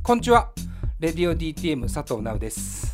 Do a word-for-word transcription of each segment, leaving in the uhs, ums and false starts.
こんにちは。レディオ ディーティーエム 佐藤直です、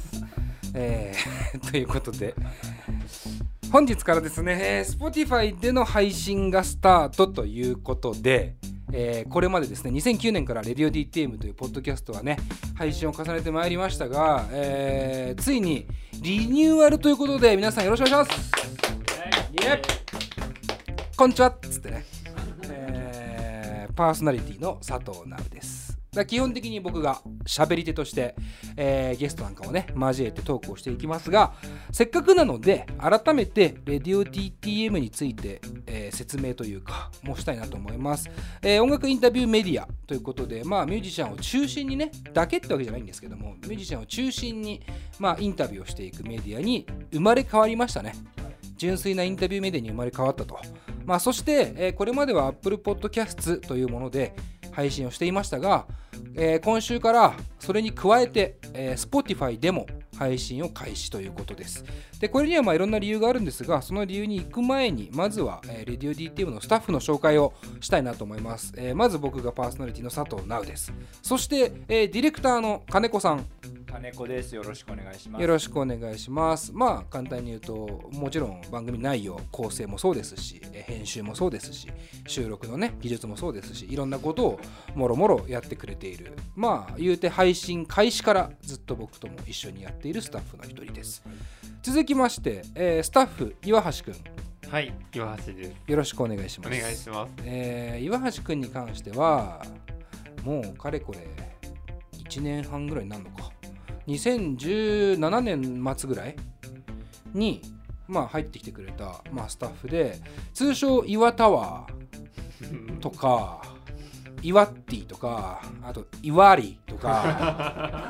えー、ということで本日からですね Spotify での配信がスタートということで、えー、これまでですねにせんきゅうねんからレディオ ディーティーエム というポッドキャストはね配信を重ねてまいりましたが、えー、ついにリニューアルということで皆さんよろしくお願いします。イエイこんにちはっつってね、えー、パーソナリティの佐藤直です。だ基本的に僕が喋り手として、えー、ゲストなんかをね交えてトークをしていきますが、せっかくなので改めてレディオ ディーティーエム について、えー、説明というかもしたいなと思います、えー、音楽インタビューメディアということで、まあ、ミュージシャンを中心にねだけってわけじゃないんですけども、ミュージシャンを中心に、まあ、インタビューをしていくメディアに生まれ変わりましたね。純粋なインタビューメディアに生まれ変わったと、まあ、そして、えー、これまでは Apple Podcast というもので配信をしていましたが、えー、今週からそれに加えて、えー、Spotify でも配信を開始ということです。でこれにはまあいろんな理由があるんですが、その理由に行く前にまずは、えー、レディオ ディーティーエム のスタッフの紹介をしたいなと思います。えー、まず僕がパーソナリティの佐藤直です。そして、えー、ディレクターの金子さん。 金子です。よろしくお願いします。 よろしくお願いします。まあ簡単に言うと、もちろん番組内容構成もそうですし、編集もそうですし、収録のね技術もそうですし、いろんなことをもろもろやってくれている、まあ言うて配信開始からずっと僕とも一緒にやっているスタッフの一人です。続きまして、えー、スタッフ岩橋くん。 はい、岩橋です。 よろしくお願いします。 お願いします。 えー、岩橋くんに関してはもうかれこれいちねんはんぐらいになるのか。にせんじゅうななねん末ぐらいに、まあ、入ってきてくれた、まあ、スタッフで、通称岩タワーとか岩ッティとか、あと岩リとか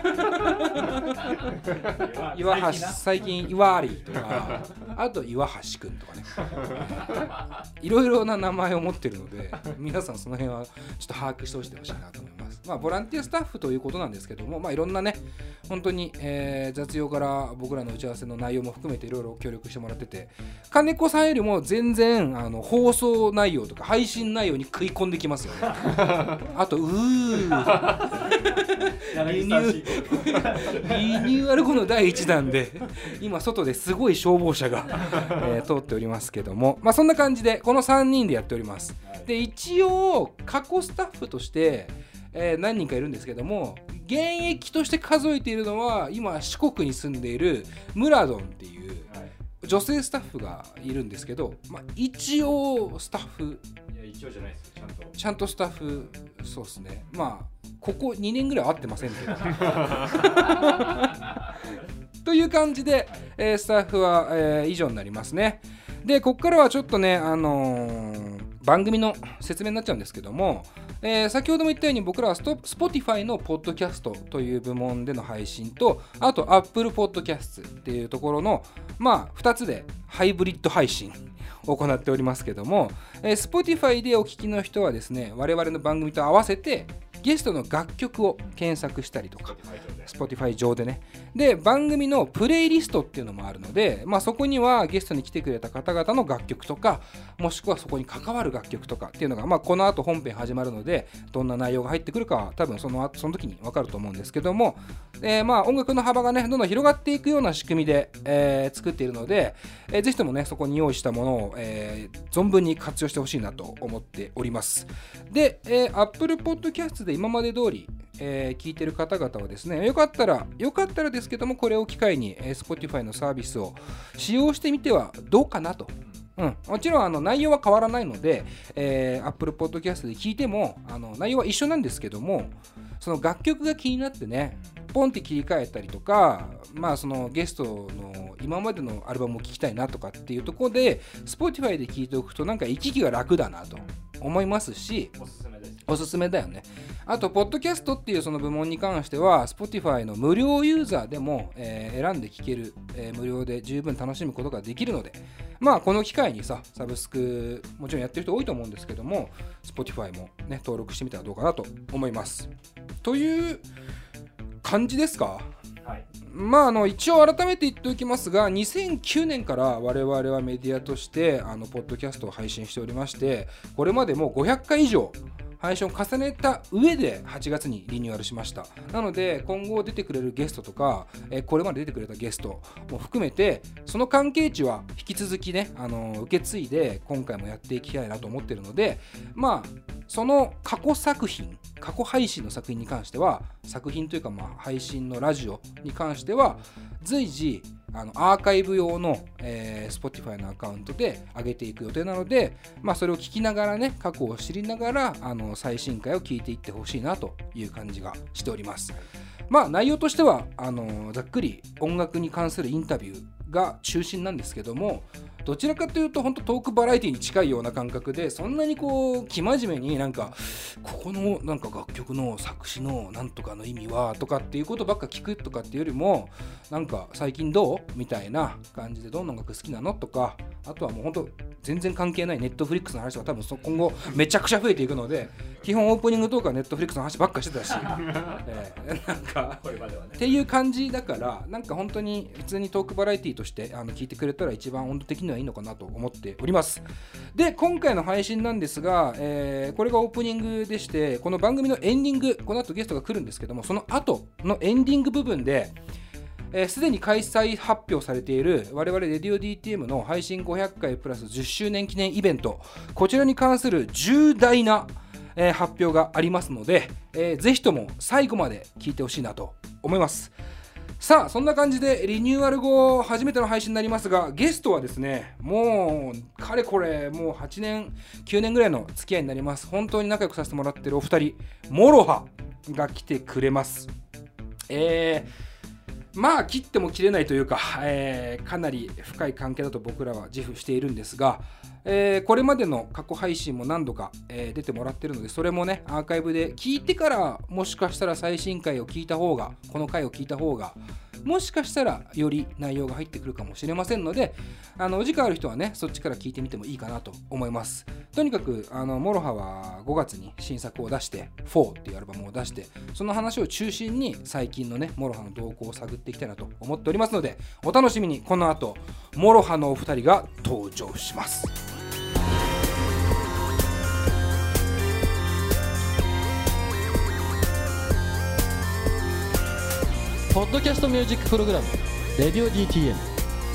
岩橋最近岩リとか、あと岩橋くんとかねいろいろな名前を持ってるので、皆さんその辺はちょっと把握しておいてほしいなと思います。まあボランティアスタッフということなんですけども、まあいろんなね本当に、えー、雑用から僕らの打ち合わせの内容も含めていろいろ協力してもらってて、金子さんよりも全然あの放送内容とか配信内容に食い込んできますよねあとうーリニューリニューアル後のだいいちだんで今外ですごい消防車が、えー、通っておりますけども、まあそんな感じでこのさんにんでやっております。で一応過去スタッフとしてえー、何人かいるんですけども、現役として数えているのは今四国に住んでいるムラドンっていう女性スタッフがいるんですけど、まあ、一応スタッフいや一応じゃないですよ、ちゃんとちゃんとスタッフ、そうですね、まあここにねんぐらい会ってませんけどという感じで、えー、スタッフは、えー、以上になりますね。でここからはちょっとね、あのー、番組の説明になっちゃうんですけども、えー、先ほども言ったように僕らは Spotify のポッドキャストという部門での配信と、あと Apple Podcast っていうところのまあふたつでハイブリッド配信を行っておりますけども、えー、Spotify でお聞きの人はですね、我々の番組と合わせてゲストの楽曲を検索したりとか Spotify 上でね、で番組のプレイリストっていうのもあるので、まあ、そこにはゲストに来てくれた方々の楽曲とか、もしくはそこに関わる楽曲とかっていうのが、まあ、この後本編始まるのでどんな内容が入ってくるかは多分そのその時に分かると思うんですけども、えー、まあ音楽の幅がねどんどん広がっていくような仕組みで、えー、作っているので、えー、ぜひともねそこに用意したものを、えー、存分に活用してほしいなと思っております。で、えー、Apple Podcast で今まで通り、えー、聞いてる方々はですね、よかったらよかったらですけども、これを機会に、えー、Spotify のサービスを使用してみてはどうかなと。うん、もちろんあの内容は変わらないので、えー、Apple Podcast で聞いてもあの内容は一緒なんですけども、その楽曲が気になってねポンって切り替えたりとか、まあそのゲストの今までのアルバムを聴きたいなとかっていうところで Spotify で聞いておくとなんか行き来が楽だなと思いますし、 おすすめです。 おすすめだよね。あとポッドキャストっていうその部門に関しては Spotify の無料ユーザーでも、えー、選んで聴ける、えー、無料で十分楽しむことができるので、まあこの機会にさサブスクもちろんやってる人多いと思うんですけども、 Spotify もね登録してみたらどうかなと思いますという感じですか。 はい、 まあ、あの一応改めて言っておきますが、にせんきゅうねんから我々はメディアとしてあのポッドキャストを配信しておりまして、これまでもうごひゃっかい以上配信を重ねた上ではちがつにリニューアルしました。なので今後出てくれるゲストとか、えー、これまで出てくれたゲストも含めてその関係値は引き続きね、あのー、受け継いで今回もやっていきたいなと思っているので、まあその過去作品過去配信の作品に関しては作品というかまあ配信のラジオに関しては随時あのアーカイブ用の、えー、Spotify のアカウントで上げていく予定なので、まあ、それを聞きながらね過去を知りながらあの最新回を聞いていってほしいなという感じがしております。まあ内容としてはあのざっくり音楽に関するインタビューが中心なんですけども、どちらかというと本当トークバラエティに近いような感覚で、そんなにこう生真面目になんかここのなんか楽曲の作詞のなんとかの意味はとかっていうことばっか聞くとかっていうよりも、なんか最近どうみたいな感じでどんな音楽好きなのとか、あとはもう本当全然関係ないネットフリックスの話が多分今後めちゃくちゃ増えていくので、基本オープニングトークはネットフリックスの話ばっかしてたし、えー、なんかこれまではねっていう感じだから、なんか本当に普通にトークバラエティとしてあの聞いてくれたら一番温度的にはいいのかなと思っております。で今回の配信なんですが、えー、これがオープニングでして、この番組のエンディング、この後ゲストが来るんですけども、その後のエンディング部分ですで、えー、に開催発表されている我々レディオ ディーティーエム の配信ごひゃっかいプラスじゅっしゅうねん記念イベント、こちらに関する重大な、えー、発表がありますので、えー、ぜひとも最後まで聞いてほしいなと思います。さあそんな感じでリニューアル後初めての配信になりますが、ゲストはですねもうかれこれもうはちねんきゅうねんぐらいの付き合いになります。本当に仲良くさせてもらっているお二人、モロハが来てくれます。えーまあ切っても切れないというか、えー、かなり深い関係だと僕らは自負しているんですが、えー、これまでの過去配信も何度か、えー、出てもらってるので、それもねアーカイブで聞いてからもしかしたら最新回を聞いた方が、この回を聞いた方がもしかしたらより内容が入ってくるかもしれませんので、あのお時間ある人はねそっちから聞いてみてもいいかなと思います。とにかくあのモロハはごがつに新作を出してフォーっていうアルバムを出して、その話を中心に最近のねモロハの動向を探っていきたいなと思っておりますので、お楽しみに。この後モロハのお二人が登場します。 ポッドキャストミュージックプログラムレディオ ディーティーエム。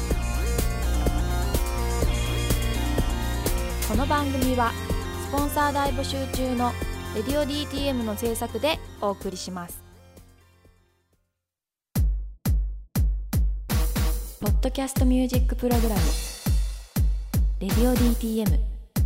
この番組はスポンサー大募集中のレディオ ディーティーエム の制作でお送りします。ポッドキャストミュージックプログラムレディオ ディーティーエム。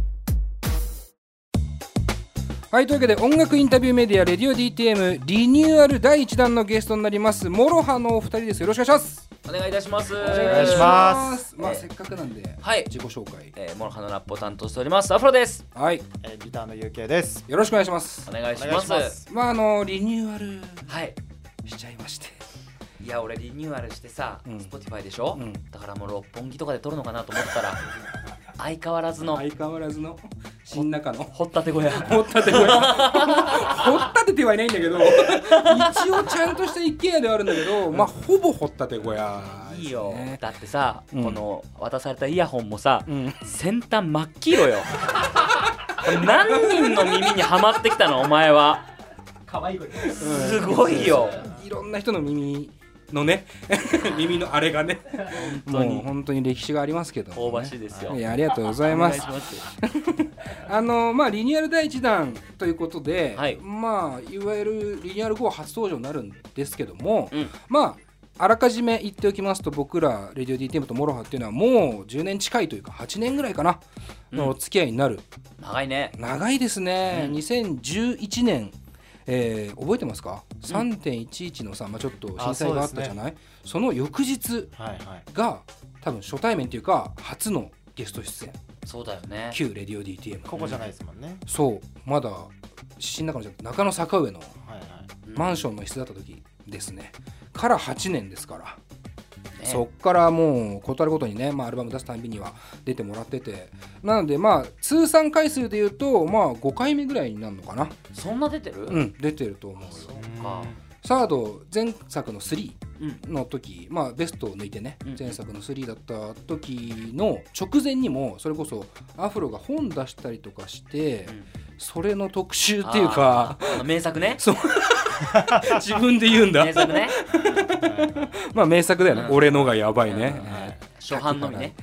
はい、というわけで音楽インタビューメディアレディオ ディーティーエム リニューアルだいいちだんのゲストになりますモロハのお二人です。よろしくお願いします。 お願いいたします。おお願いします。まあ、えー、せっかくなんで、 はい、 自己紹介、 えー、モロハのラップを担当しておりますアフロです。 はい、 えー、ギターの ユーケー です。 よろしくお願いします。 お願いします。 まああのリニューアルはいしちゃいまして、 いや俺リニューアルしてさ、うん、Spotify でしょ、うん、だからもう六本木とかで撮るのかなと思ったら相変わらずの相変わらずの新中野掘ったて小屋掘ったて小屋掘ったててはいないんだけど一応ちゃんとした一軒家ではあるんだけど、まあほぼ掘ったて小屋ですね。 いいよ。だってさ、うん、この渡されたイヤホンもさ、うん、先端真っ黄色よ何人の耳にはまってきたのお前は。 可愛い子です。 すごいよ。 いろんな人の耳のね耳のあれがね本当にもう本当に歴史がありますけど、ね、 香ばしいですよ。 いやありがとうございます。あのまあリニューアルだいいちだんということで、はい、まあいわゆるリニューアル後は初登場になるんですけども、うん、まああらかじめ言っておきますと、僕らレディオ ディーティーエム とモロハっていうのはもうじゅうねん近いというかはちねんぐらいかなのお付き合いになる、 うん、長いね。 長いですね、うん、にせんじゅういちねん、えー、覚えてますか、うん、さんてんいちいち のさ、まあ、ちょっと震災があったじゃない。 そ, その翌日が、はいはい、多分初対面というか初のゲスト出演。 そうだよね。 旧レディオ ディーティーエムここじゃないですもんね。 そうまだ新中野じゃなくて中野坂上のマンションの一室だった時ですね、うん、からはちねんですから、ね、そっからもうことあるごとにね、まあ、アルバム出すたんびには出てもらってて、なのでまあ通算回数でいうとまあごかいめぐらいになるのかな。 そんな出てる？ うん出てると思うよ。 そうか。 サード前作のスリーの時、うん、まあベストを抜いてね、うん、前作のスリーだった時の直前にもそれこそアフロが本出したりとかして、うん、 それの特集っていうかあの名作ねそう自分で言うんだ名作ねまあ名作だよね、 うん、 俺のがやばいね、 初版のみね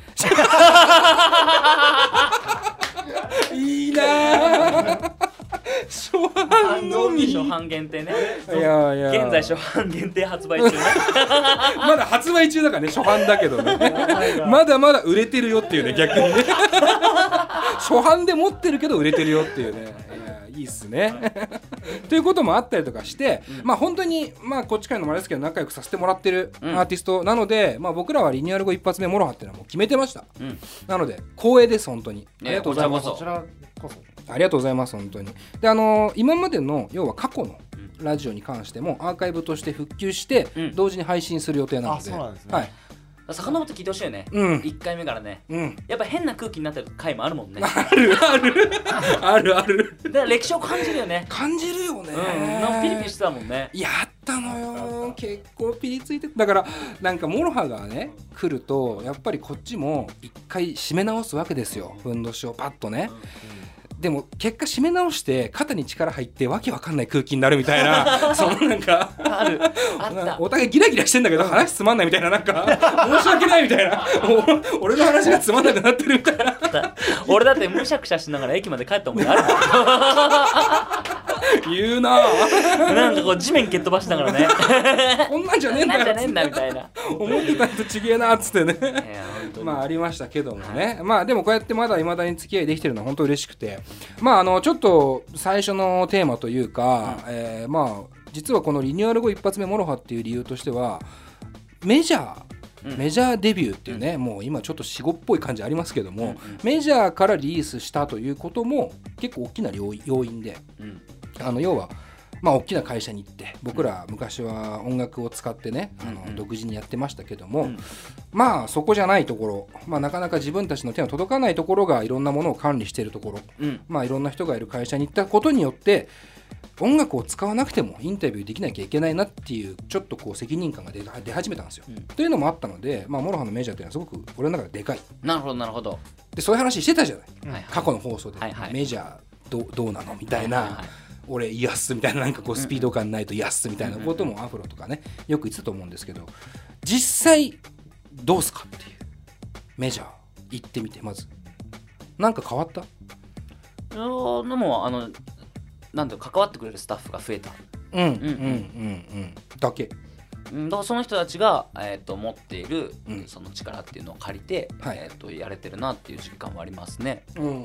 いいなー初版のみ初版限定ねいやいや現在初版限定発売中ねまだ発売中だからね、初版だけどねまだまだ売れてるよっていうね、逆にね初版で持ってるけど売れてるよっていうね、いやいいっすねということもあったりとかして、うん、まあ本当にまあこっちからのもあれですけど仲良くさせてもらってるアーティストなので、うん、まあ僕らはリニューアル後一発目モロハっていうのはもう決めてました、うん、なので光栄です本当に、ありがとうございます。 こちらこそありがとうございます本当に。であのー、今までの要は過去のラジオに関してもアーカイブとして復旧して、うん、同時に配信する予定なので、 あ、そうなんですね、 はい、 遡って聞いてほしいよね、うん、いっかいめからね、うん、やっぱ変な空気になってる回もあるもんねあるあるあるあるだから歴史を感じるよね感じるよね、 うん、なんかピリピリしてたもんね。 やったのよ、結構ピリついてだからなんかモロハがね来るとやっぱりこっちも一回締め直すわけですよ、ふんどしをパッとね、うん、でも結果締め直して肩に力入ってわけわかんない空気になるみたいなそのなんかあるあったお互いギラギラしてんだけど話つまんないみたいな、なんか申し訳ないみたいな俺の話がつまんなくなってるみたいな俺だってむしゃくしゃしながら駅まで帰ったもんある言うななんかこう地面蹴っ飛ばしながらねこんなんじゃねえんだよなんじゃねえんだみたいな思ってたとちげえなっつってねまあありましたけどもね、はい、まあでもこうやってまだ未だに付き合いできてるのは本当嬉しくて、まああのちょっと最初のテーマというか、うん、えー、まあ実はこのリニューアル後一発目モロハっていう理由としてはメジャーうん、メジャーデビューっていうね、うん、もう今ちょっと死後っぽい感じありますけども、うんうん、メジャーからリリースしたということも結構大きな要因で、うん、あの要はまあ大きな会社に行って僕ら昔は音楽を使ってね、うん、あの独自にやってましたけども、うん、まあそこじゃないところ、まあ、なかなか自分たちの手の届かないところがいろんなものを管理しているところ、うん、まあいろんな人がいる会社に行ったことによって音楽を使わなくてもインタビューできなきゃいけないなっていうちょっとこう責任感が 出, 出始めたんですよ、うん、というのもあったので、まあ、モロハのメジャーというのはすごく俺の中ででかい。 なるほどなるほど。 でそういう話してたじゃない、 はいはい、 過去の放送で、はいはい、メジャー ど, どうなのみたいな、はいはいはい、俺イヤッスみたいな、なんかこうスピード感ないとイヤッスみたいなこともアフロとかねよく言ってたと思うんですけど、実際どうすかっていうメジャー行ってみてまずなんか変わった？ いやでもあのなんだろう関わってくれるスタッフが増えた。 うんうんうんうんうんだけ。 だからその人たちが、えー、と持っている、うん、その力っていうのを借りて、はい、えー、とやれてるなっていう実感はありますね。うん。うん、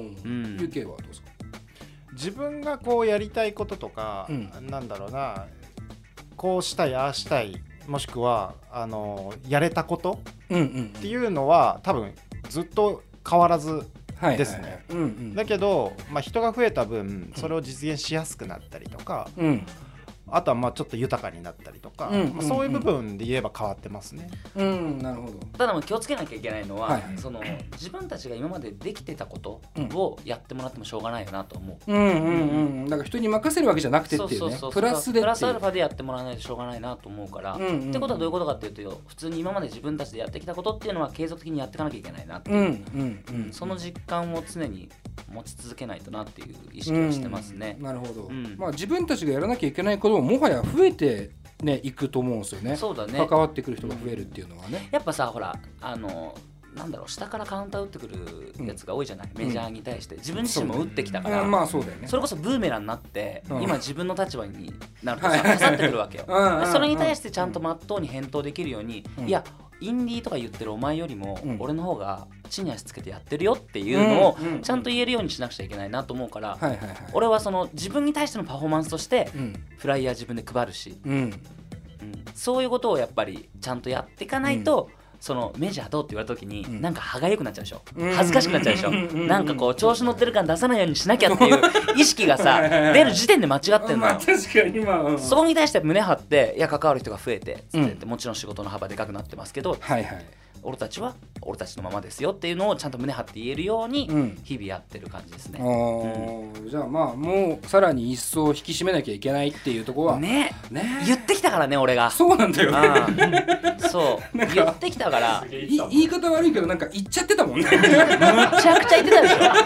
ユーケー はどうですか？ 自分がこうやりたいこととか、うん、なんだろうな、こうしたいああしたいもしくはあのやれたことっていうのは多分ずっと変わらずですね。だけど、まあ、人が増えた分それを実現しやすくなったりとか、うん、あとはまあちょっと豊かになったりとか、うんうんうん、まあ、そういう部分で言えば変わってますね。 うん、なるほど。 ただもう気をつけなきゃいけないのは、はい、その自分たちが今までできてたことをやってもらってもしょうがないよなと思う。うんうんうん。 だから人に任せるわけじゃなくてっていうね。プラスでプラスアルファでやってもらわないとしょうがないなと思うから。うんうんうん、ってことはどういうことかっていうと、普通に今まで自分たちでやってきたことっていうのは継続的にやっていかなきゃいけないなっていう、うんうんうん、その実感を常に持ち続けないとなっていう意識をしてますね。 うん、なるほど。うん、まあ自分たちがやらなきゃいけないことももはや増えてねいくと思うんですよね。 そうだね。 関わってくる人が増えるっていうのはね。 やっぱさほらあのなんだろう下からカウンター打ってくるやつが多いじゃない、うん、メジャーに対して自分自身も打ってきたから、 うん、まあそうだよね。 それこそブーメランになって、うん、今自分の立場になるとさ刺さってくるわけよ。それに対してちゃんと真っ当に返答できるように、うん、いやインディーとか言ってるお前よりも俺の方が地に足つけてやってるよっていうのをちゃんと言えるようにしなくちゃいけないなと思うから、俺はその自分に対してのパフォーマンスとしてフライヤー自分で配るし、うんうん、そういうことをやっぱりちゃんとやっていかないと、うんそのメジャーどうって言われた時に、うん、なんか歯がゆくなっちゃうでしょ、うん、恥ずかしくなっちゃうでしょ、うん、なんかこう調子乗ってる感出さないようにしなきゃっていう意識がさ出る時点で間違ってんのよ、まあ、確かに、まあうん、そこに対して胸張っていや関わる人が増えてつって、うん、もちろん仕事の幅でかくなってますけど、はいはい、俺たちは俺たちのままですよっていうのをちゃんと胸張って言えるように日々やってる感じですね、 うんうん、じゃあまあもうさらに一層引き締めなきゃいけないっていうところはねね言ってきたからね俺がそうなんだよねそう言ってきたから言い方悪いけどなんか言っちゃってたもんねむちゃくちゃ言ってたでしょ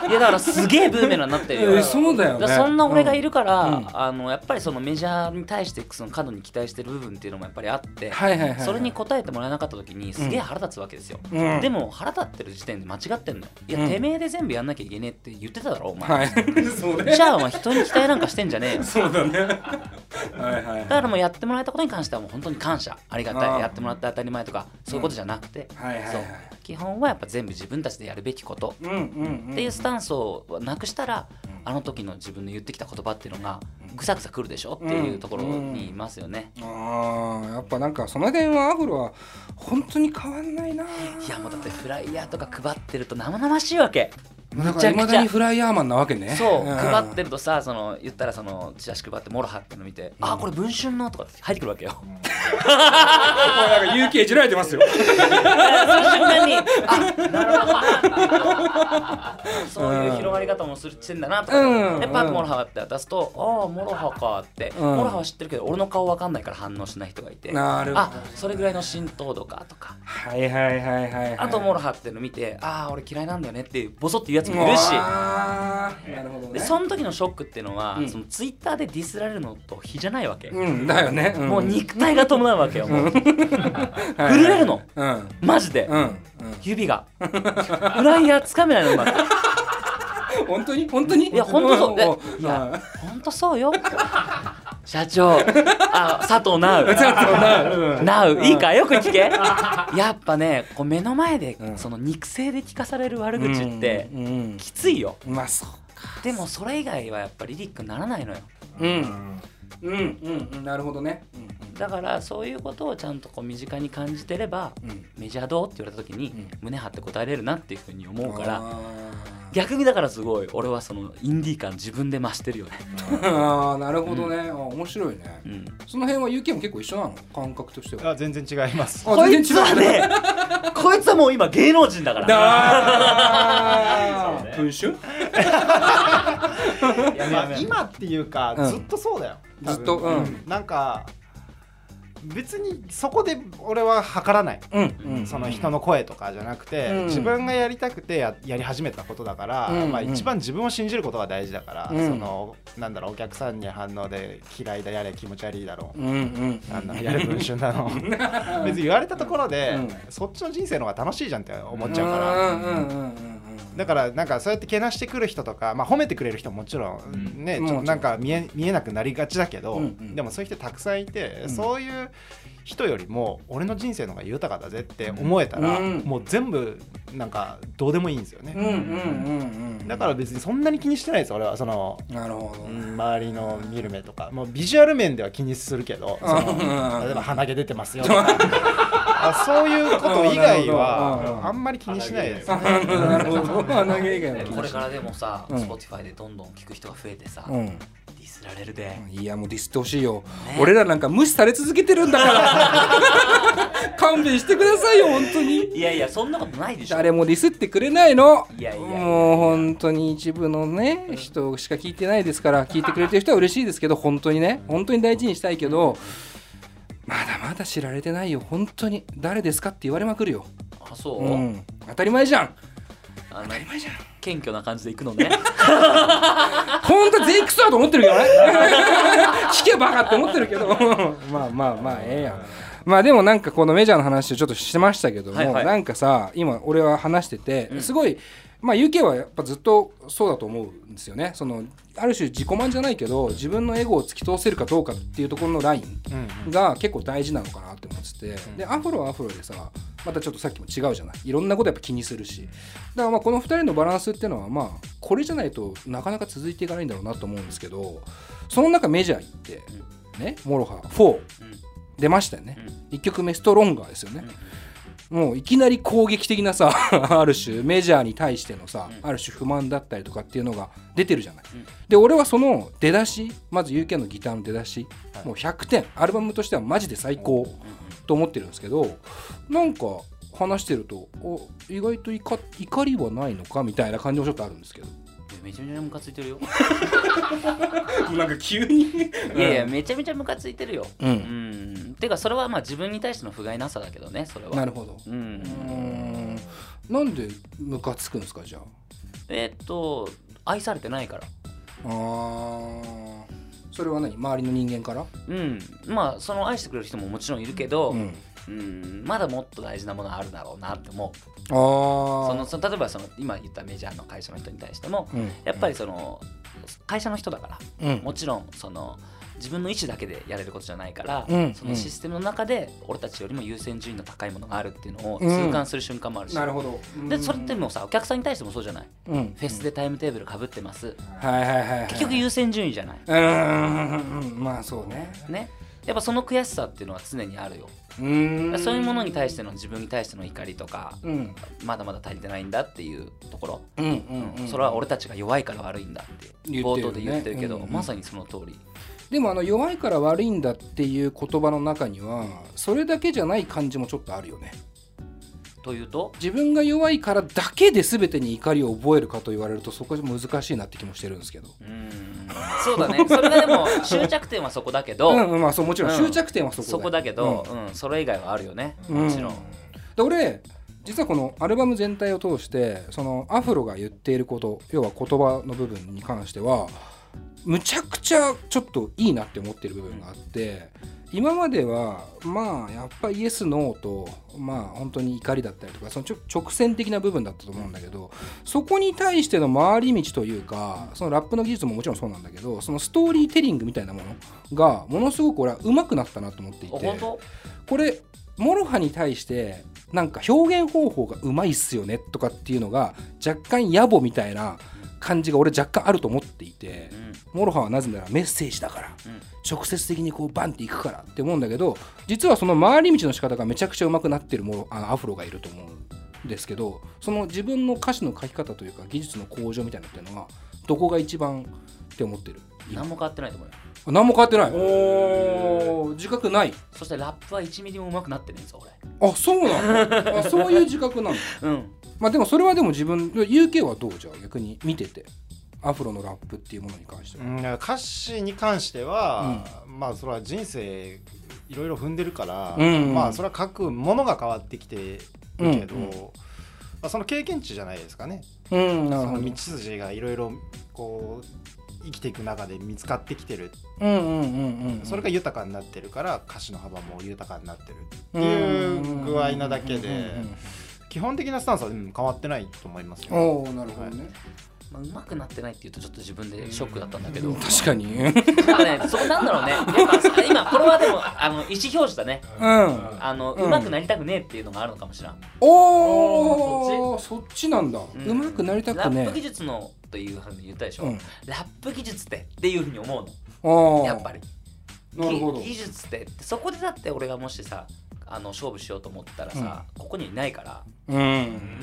いやだからすげえブーメランになってるよ。 えそうだよね。 だからそんな俺がいるから、 うん、 あのやっぱりそのメジャーに対してその過度に期待してる部分っていうのもやっぱりあって、 はいはいはいはい、 それに応えてもらえなかった時にすげえ腹立つわけですよ、うん、でも腹立ってる時点で間違ってんのよ。いや、うん、てめえで全部やんなきゃいけねえって言ってただろお前、はい、そうね、じゃあお前人に期待なんかしてんじゃねえよ。 そうだねはいはい、はい、 だからもうやってもらえたことに関してはもう本当に感謝ありがたい、やってもらって当たり前とかそういうことじゃなくて、うんはいはいはい、そう基本はやっぱ全部自分たちでやるべきことっていうスタンスをなくしたら、うん、あの時の自分の言ってきた言葉っていうのがぐさぐさくるでしょっていうところにいますよね、 うんうん、あやっぱなんかその辺はアフロは本当に変わんないな。いやもうだってフライヤーとか配ってると生々しいわけ。 だからいまだにフライヤーマンなわけね。 そう、うん、配ってるとさ、その言ったらそのチラシ配ってモロハっての見て、うん、あこれ文春のとか入ってくるわけよ、うん、もうなんか ユーケー いじられてますよその瞬間にあなるほどそういう広がり方もするしてんだなとか、うん、でパッとモロハって渡すと、ああモロハかって、うん、モロハは知ってるけど俺の顔わかんないから反応しない人がいて、なるほど、あそれぐらいの浸透度かとか、 はいはいはいはい、はい、あとモロハっての見て、ああ俺嫌いなんだよねってボソって言うやつもいるし、 なるほどね、 でその時のショックっていうのは、うん、そのツイッターでディスられるのと比じゃないわけ、 うん、だよね、うん、 もう肉体が伴うわけよ、もう震えるの、うん、マジで、うんうん、指がフライヤーつかめないのうまく本当に本当にいや本当そう、いや本当そうよ社長、あ佐藤ナウ佐藤ナウナウいいかよく聞けやっぱねこう目の前でその肉声で聞かされる悪口ってきついよ、 まあそうか。 でもそれ以外はやっぱリリックにならないのよ。 うんうんうんうん、なるほどね、うん、 だからそういうことをちゃんとこう身近に感じてれば、うん、メジャーどうって言われた時に、うん、胸張って答えれるなっていうふうに思うから、逆にだからすごい俺はそのインディー感自分で増してるよねああなるほどね、うん、あ面白いね、うん、その辺は ユーケー も結構一緒なの感覚としては。 あ全然違います。 こいつはねこいつはもう今芸能人だからだ文春いや、まあ、今っていうか、うん、ずっとそうだよずっと、うん、 なんか別にそこで俺は測らない、うんうん、その人の声とかじゃなくて、うん、自分がやりたくて や, やり始めたことだから、うんまあ、一番自分を信じることが大事だから、うん、そのなんだろうお客さんに反応で嫌いだやれ気持ち悪いだろう、うんうん、なんだやれ文春だろう別に言われたところで、うん、そっちの人生の方が楽しいじゃんって思っちゃうから、うんうんうんうんだからなんかそうやってけなしてくる人とか、まあ、褒めてくれる人ももちろんね、うん、ちょっとなんか見え、見えなくなりがちだけど、うんうん、でもそういう人たくさんいて、うん、そういう人よりも俺の人生の方が豊かだぜって思えたら、うん、もう全部なんかどうでもいいんですよね、うんうんうんうん、だから別にそんなに気にしてないです俺はそのなるほど、 うん、周りの見る目とかもうビジュアル面では気にするけどその例えば鼻毛出てますよとかあそういうこと以外はあんまり気にしないですね。 なるほど鼻毛以外はこれからでもさ、うん、Spotify でどんどん聞く人が増えてさ、うん、ディスられるで。 いやもうディスってほしいよ、ね、俺らなんか無視され続けてるんだから勘弁してくださいよ本当に。 いやいやそんなことないでしょ。 誰もディスってくれないの。 いやいやいやもう本当に一部のね人しか聞いてないですから聞いてくれてる人は嬉しいですけど本当にね本当に大事にしたいけどまだまだ知られてないよ本当に。誰ですかって言われまくるよ。 あそう、 うん、当たり前じゃん当たり前じゃん。 謙虚な感じでいくのね本当全員クソだと思ってるけどね聞けばバカって思ってるけどまあまあまあええやん。まあでもなんかこのメジャーの話をちょっとしてましたけども、はいはい、なんかさ今俺は話してて、うん、すごいまあ ユーケー はやっぱずっとそうだと思うんですよね。そのある種自己満じゃないけど自分のエゴを突き通せるかどうかっていうところのラインが結構大事なのかなって思ってて、うん、でアフロはアフロでさまたちょっとさっきも違うじゃない。いろんなことやっぱ気にするしだからまあこのふたりのバランスっていうのはまあこれじゃないとなかなか続いていかないんだろうなと思うんですけどその中メジャー行ってねモロハフォー出ましたよね、うん、いっきょくめストロンガーですよね、うん、もういきなり攻撃的なさある種メジャーに対してのさ、うん、ある種不満だったりとかっていうのが出てるじゃない、うん、で俺はその出だしまず ユーケー のギターの出だし、はい、もうひゃくてんアルバムとしてはマジで最高と思ってるんですけどなんか話してるとお意外と怒りはないのかみたいな感じもちょっとあるんですけどめちゃめちゃムカついてるよなんか急にいやいやめちゃめちゃムカついてるよ、うん、うん、てかそれはまあ自分に対しての不甲斐なさだけどねそれは。 なるほど、うん、うーんなんでムカつくんですかじゃあ。 えー、っと愛されてないから。 あー、それは何、周りの人間から？ うん、まあその愛してくれる人ももちろんいるけど、うんうん、まだもっと大事なものあるだろうなって思う。あそのその例えばその今言ったメジャーの会社の人に対しても、うん、やっぱりその会社の人だから、うん、もちろんその自分の意思だけでやれることじゃないから、うん、そのシステムの中で俺たちよりも優先順位の高いものがあるっていうのを痛感する瞬間もあるし、うん、なるほど、うん、でそれってもうさお客さんに対してもそうじゃない、うん、フェスでタイムテーブルかぶってます、うん、はいはいはいはい、結局優先順位じゃない、うん、 まあそうねね、やっぱその悔しさっていうのは常にあるよ。うーん、そういうものに対しての自分に対しての怒りとか、うん、まだまだ足りてないんだっていうところ、うんうんうん、それは俺たちが弱いから悪いんだって冒頭で言ってるけど、ね、うんうん、まさにその通り。 でもあの弱いから悪いんだっていう言葉の中にはそれだけじゃない感じもちょっとあるよね。 というと、 自分が弱いからだけで全てに怒りを覚えるかと言われるとそこは難しいなって気もしてるんですけど。うーん、 そうだね、それがでも終着点はそこだけどうん、 まあ、そうもちろん終着点はそこだ、 うん、そこだけど、うんうん、それ以外はあるよね、もちろん、うん、 で俺実はこのアルバム全体を通してそのアフロが言っていること、要は言葉の部分に関してはむちゃくちゃちょっといいなって思ってる部分があって、今まではまあやっぱイエスノーとまあ本当に怒りだったりとかその直線的な部分だったと思うんだけど、そこに対しての回り道というかそのラップの技術ももちろんそうなんだけど、そのストーリーテリングみたいなものがものすごく俺は上手くなったなと思っていて、これモロハに対してなんか表現方法がうまいっすよねとかっていうのが若干野暮みたいな感じが俺若干あると思っていて、うん、モロハはなぜならメッセージだから、うん、直接的にこうバンっていくからって思うんだけど、実はその回り道の仕方がめちゃくちゃ上手くなってるものあのアフロがいると思うんですけど、その自分の歌詞の書き方というか技術の向上みたいなっていうのはどこが一番って思ってる？ 何も変わってないと思うよ。 何も変わってない。おー、自覚ない。 そしてラップはいちミリも上手くなってねえぞ俺。あ、そうなの？あ、そういう自覚なの。うん。まあでもそれはでも自分 ユーケー はどうじゃあ逆に見ててアフロのラップっていうものに関しては、 うん、歌詞に関しては、うん、まあそれは人生いろいろ踏んでるから、うんうん、まあそれは書くものが変わってきてるけど、うんうん、まあ、その経験値じゃないですかね、うん、なるほど。その道筋がいろいろこう生きていく中で見つかってきてる、それが豊かになってるから歌詞の幅も豊かになってるっていう具合なだけで基本的なスタンスは、うん、変わってないと思いますよ。 おー、なるほどね、はい。 まあ、うまくなってないっていうとちょっと自分でショックだったんだけど、 うん、確かにだからね、そこなんだろうね、やっぱ今これはでもあの意思表示だね、うん、あの、うん、うまくなりたくねえっていうのがあるのかもしれん。 おー、そっちなんだ、うん、うまくなりたくねえ。 ラップ技術のというふうに言ったでしょ、うん、ラップ技術ってっていうふうに思うの、やっぱり。なるほど。技術ってそこでだって俺がもしさあの勝負しようと思ったらさ、うん、ここにいないから、うん、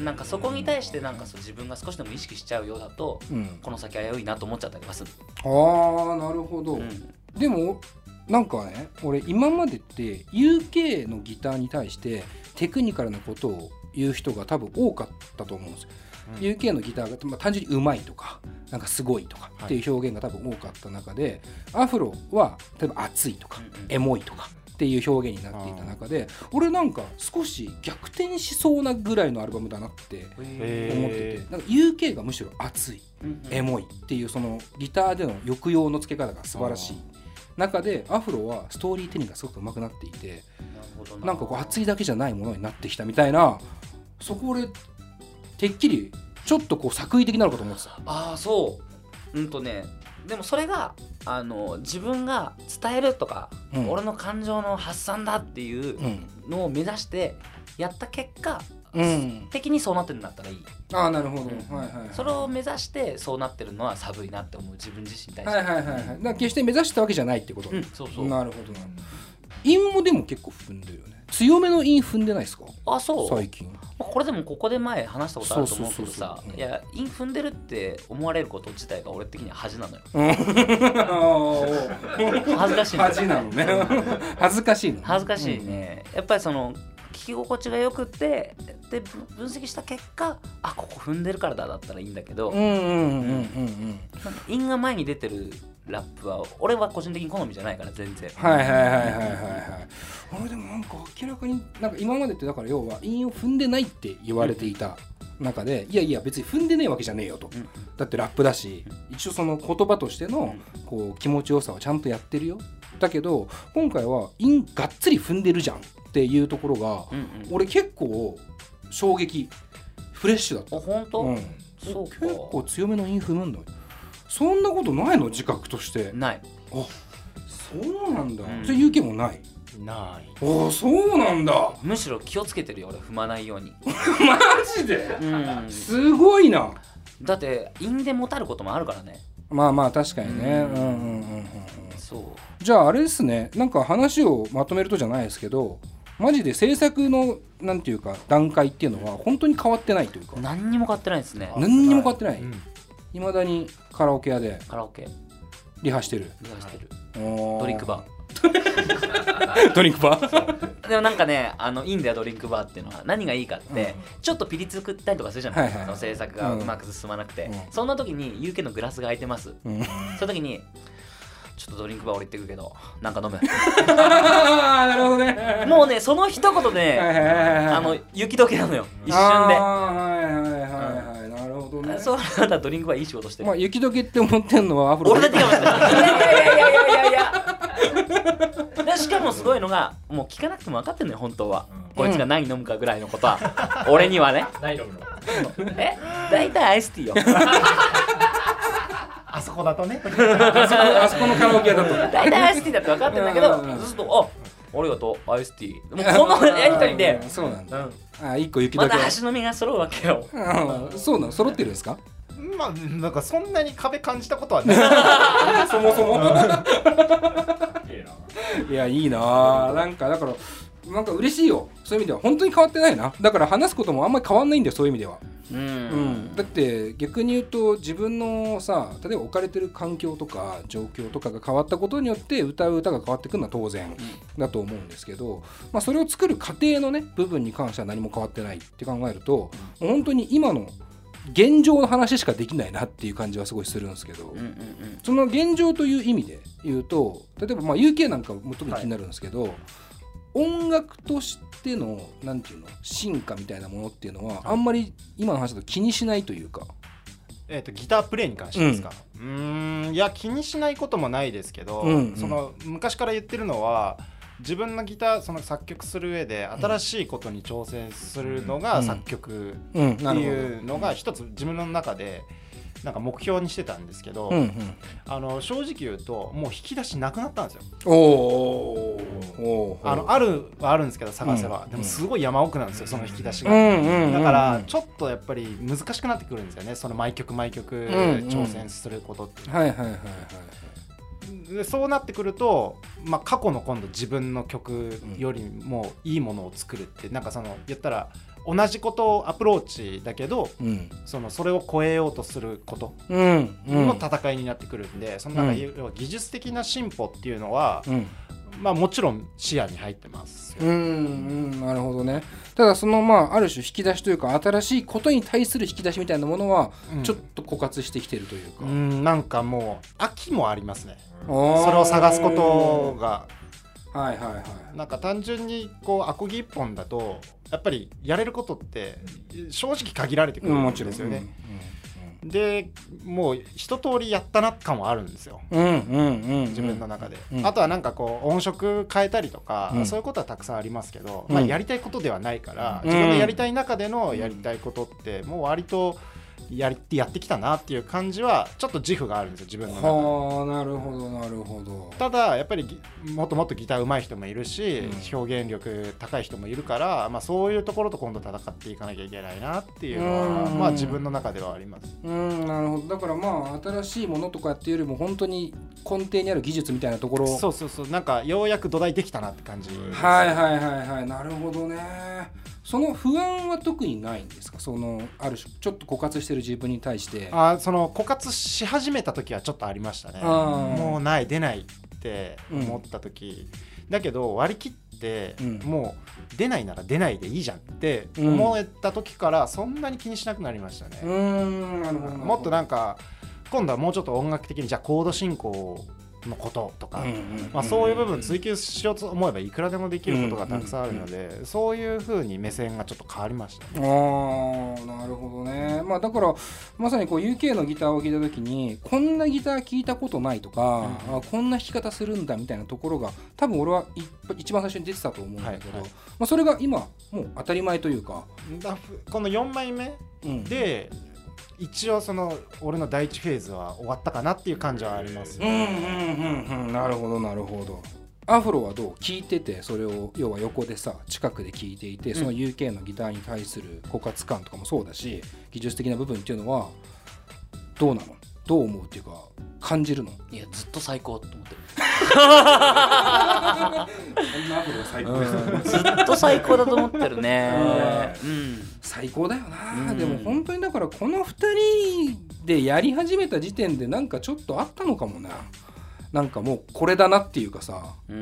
なんかそこに対してなんかそう自分が少しでも意識しちゃうようだと、うん、この先危ういなと思っちゃったりはする。 あー、なるほど、うん、でもなんかね、俺今までって ユーケー のギターに対してテクニカルなことを言う人が多分多かったと思うんですよ、うん、ユーケー のギターが、まあ、単純にうまいとかなんかすごいとかっていう表現が多分多かった中で、はい、アフロは例えば熱いとか、うんうん、エモいとかっていう表現になっていた中で、俺なんか少し逆転しそうなぐらいのアルバムだなって思ってて、なんか ユーケー がむしろ熱い、うんうん、エモいっていうそのギターでの抑揚のつけ方が素晴らしい中で、アフロはストーリーテリングがすごく上手くなっていて、 な, なんかこう熱いだけじゃないものになってきたみたいな、そこ俺てっきりちょっとこう作為的なのかと思ってた。 ああ、そううんとね、でもそれがあの自分が伝えるとか、うん、俺の感情の発散だっていうのを目指してやった結果、うん、的にそうなってるんだったらいい。 ああ、なるほど、うん、はいはいはい、 それを目指してそうなってるのは寒いなって思う、自分自身に対して。 はいはいはいはい、だから決して目指したわけじゃないってこと、 うん、そうそう。 なるほどな。韻もでも結構踏んでるよね。強めの韻踏んでないですか？ あ、そう。 最近。 これでもここで前話したことあると思うけどさ、いや韻踏んでるって思われること自体が俺的には恥なのよ。恥ずかしいの。 恥なのね。恥ずかしいの。 恥ずかしいね。やっぱりその聞き心地がよくてで分析した結果、あ、ここ踏んでるからだだったらいいんだけど、韻が前に出てるラップは俺は個人的に好みじゃないから全然。 はいはいはいはいはいはい。俺でもなんか明らかになんか今までってだから要は韻を踏んでないって言われていた中でいやいや別に踏んでねえわけじゃねえよと、うん、だってラップだし一応その言葉としてのこう気持ちよさはちゃんとやってるよだけど今回はインがっつり踏んでるじゃんっていうところが、うんうん、俺結構衝撃フレッシュだった。 あ本当、うん、 そうか結構強めのイン踏むんだ。そんなことないの自覚としてない。 あそうなんだ、うん、それ有権もないない。 あそうなんだ。 むしろ気をつけてるよ俺踏まないようにマジで、うん、すごいな。 だって韻でもたることもあるからね。 まあまあ確かにね、うんうんうんうんうん、そうじゃああれですねなんか話をまとめるとじゃないですけどマジで制作のなんていうか段階っていうのは本当に変わってないというか何にも変わってないですね。 何にも変わってない。いま、うん、だにカラオケ屋でカラオケリハしてるリハしてるドリンクバードリンクバーでもなんかねあのいいんだよドリンクバーっていうのは何がいいかって、うん、ちょっとピリつくったりとかするじゃないですか、はいはい、その制作がうまく進まなくて、うん、そんな時に ユーケー のグラスが空いてます、うん、その時にちょっとドリンクバー俺行ってくけどなんか飲むなるほどね。 もうねその一言で、はいはいはいはい、あの雪解けなのよ一瞬で。 はいはいはいはい、うん、なるほどね。 そうなんだドリンクバーいい仕事してる。 まあ雪解けって思ってんのはアフロ俺だけかもしれないいやいやいやいやいやいやでしかもすごいのがもう聞かなくても分かってんのよ本当は、うん、こいつが何飲むかぐらいのことは、うん、俺にはね何飲むのえ大体アイスティーよあそこだとねあそこ、あそこのカラオケだと大体アイスティーだって分かってんだけどそうするとあありがとうアイスティーもうこのやりとりでそうなんだ、うん、あ一個雪解けまた足の実が揃うわけよそうなの揃ってるんですか。 まあなんかそんなに壁感じたことはないそもそもいやいいななんかだからなんか嬉しいよそういう意味では本当に変わってないな。だから話すこともあんまり変わんないんだよそういう意味では。うん、うん、だって逆に言うと自分のさ例えば置かれてる環境とか状況とかが変わったことによって歌う歌が変わってくるのは当然だと思うんですけど、まあ、それを作る過程のね部分に関しては何も変わってないって考えると、うん、本当に今の現状の話しかできないなっていう感じはすごいするんですけど、うんうんうん、その現状という意味で言うと例えばまあ ユーケー なんかも特に気になるんですけど、はい、音楽としてのなんていうの進化みたいなものっていうのはあんまり今の話だと気にしないというか、 えーと、ギタープレイに関してですか、うん、うーんいや気にしないこともないですけど、うんうん、その昔から言ってるのは自分のギターその作曲する上で新しいことに挑戦するのが作曲っていうのが一つ自分の中でなんか目標にしてたんですけど、うんうん、あの正直言うともう引き出しなくなったんですよ。おーあのあるはあるんですけど探せば、うん、でもすごい山奥なんですよその引き出しが、うんうん、だからちょっとやっぱり難しくなってくるんですよねその毎曲毎曲挑戦することって、うんうん、はいはいはいはいでそうなってくると、まあ、過去の今度自分の曲よりもいいものを作るって、うん、なんかその言ったら同じことをアプローチだけど、うん、そのそれを超えようとすることの戦いになってくるんで、うん、そのなんか要は技術的な進歩っていうのは、うんまあ、もちろん視野に入ってますよ。うんうんなるほどね。ただそのまあある種引き出しというか新しいことに対する引き出しみたいなものはちょっと枯渇してきてるというか、 うん、なんかもう飽きもありますね。それを探すことがはいはいはい、なんか単純にこうアコギ一本だとやっぱりやれることって正直限られてくるんですよね、うんうんうん、でもう一通りやったな感はあるんですよ、うんうんうんうん、自分の中で、うん、あとはなんかこう音色変えたりとか、うん、そういうことはたくさんありますけど、うんまあ、やりたいことではないから、うん、自分のやりたい中でのやりたいことってもう割とやりやってきたなっていう感じはちょっと自負があるんですよ自分の中で。 はあなるほどなるほど。 ただやっぱりもっともっとギター上手い人もいるし、うん、表現力高い人もいるから、まあ、そういうところと今度戦っていかなきゃいけないなっていうのはまあ自分の中ではあります。 うんなるほど。だからまあ新しいものとかっていうよりも本当に根底にある技術みたいなところそうそうそうなんかようやく土台できたなって感じです。 はいはいはいはいなるほどね。その不安は特にないんですか。そのある種ちょっと枯渇してる自分に対してあその枯渇し始めた時はちょっとありましたね。もうない出ないって思った時、うん、だけど割り切って、うん、もう出ないなら出ないでいいじゃんって思えた時からそんなに気にしなくなりましたね、うん、なるほどもっとなんか今度はもうちょっと音楽的にじゃあコード進行をのこととか、まあ、そういう部分追求しようと思えばいくらでもできることがたくさんあるので、うんうんうん、そういう風に目線がちょっと変わりました、ね、 ああなるほどね、まあ、だからまさにこう ユーケー のギターを聴いた時にこんなギター聴いたことないとか、うん、あこんな弾き方するんだみたいなところが多分俺は一番最初に出てたと思うんだけど、はいはい、まあ、それが今もう当たり前というかこのよんまいめで、うん一応その俺の第一フェーズは終わったかなっていう感じはあります、ね、 うんうんうんうんなるほどなるほど。アフロはどう聞いててそれを要は横でさ近くで聞いていてその ユーケー のギターに対する枯渇感とかもそうだし技術的な部分っていうのはどうなのどう思うっていうか感じるの？ いやずっと最高と思ってるそんなアフロは最高です、 うん、ずっと最高だと思ってるね、うん、 最高だよな、うん、でも本当にだからこのふたりでやり始めた時点でなんかちょっとあったのかもな。なんかもうこれだなっていうかさ、うん、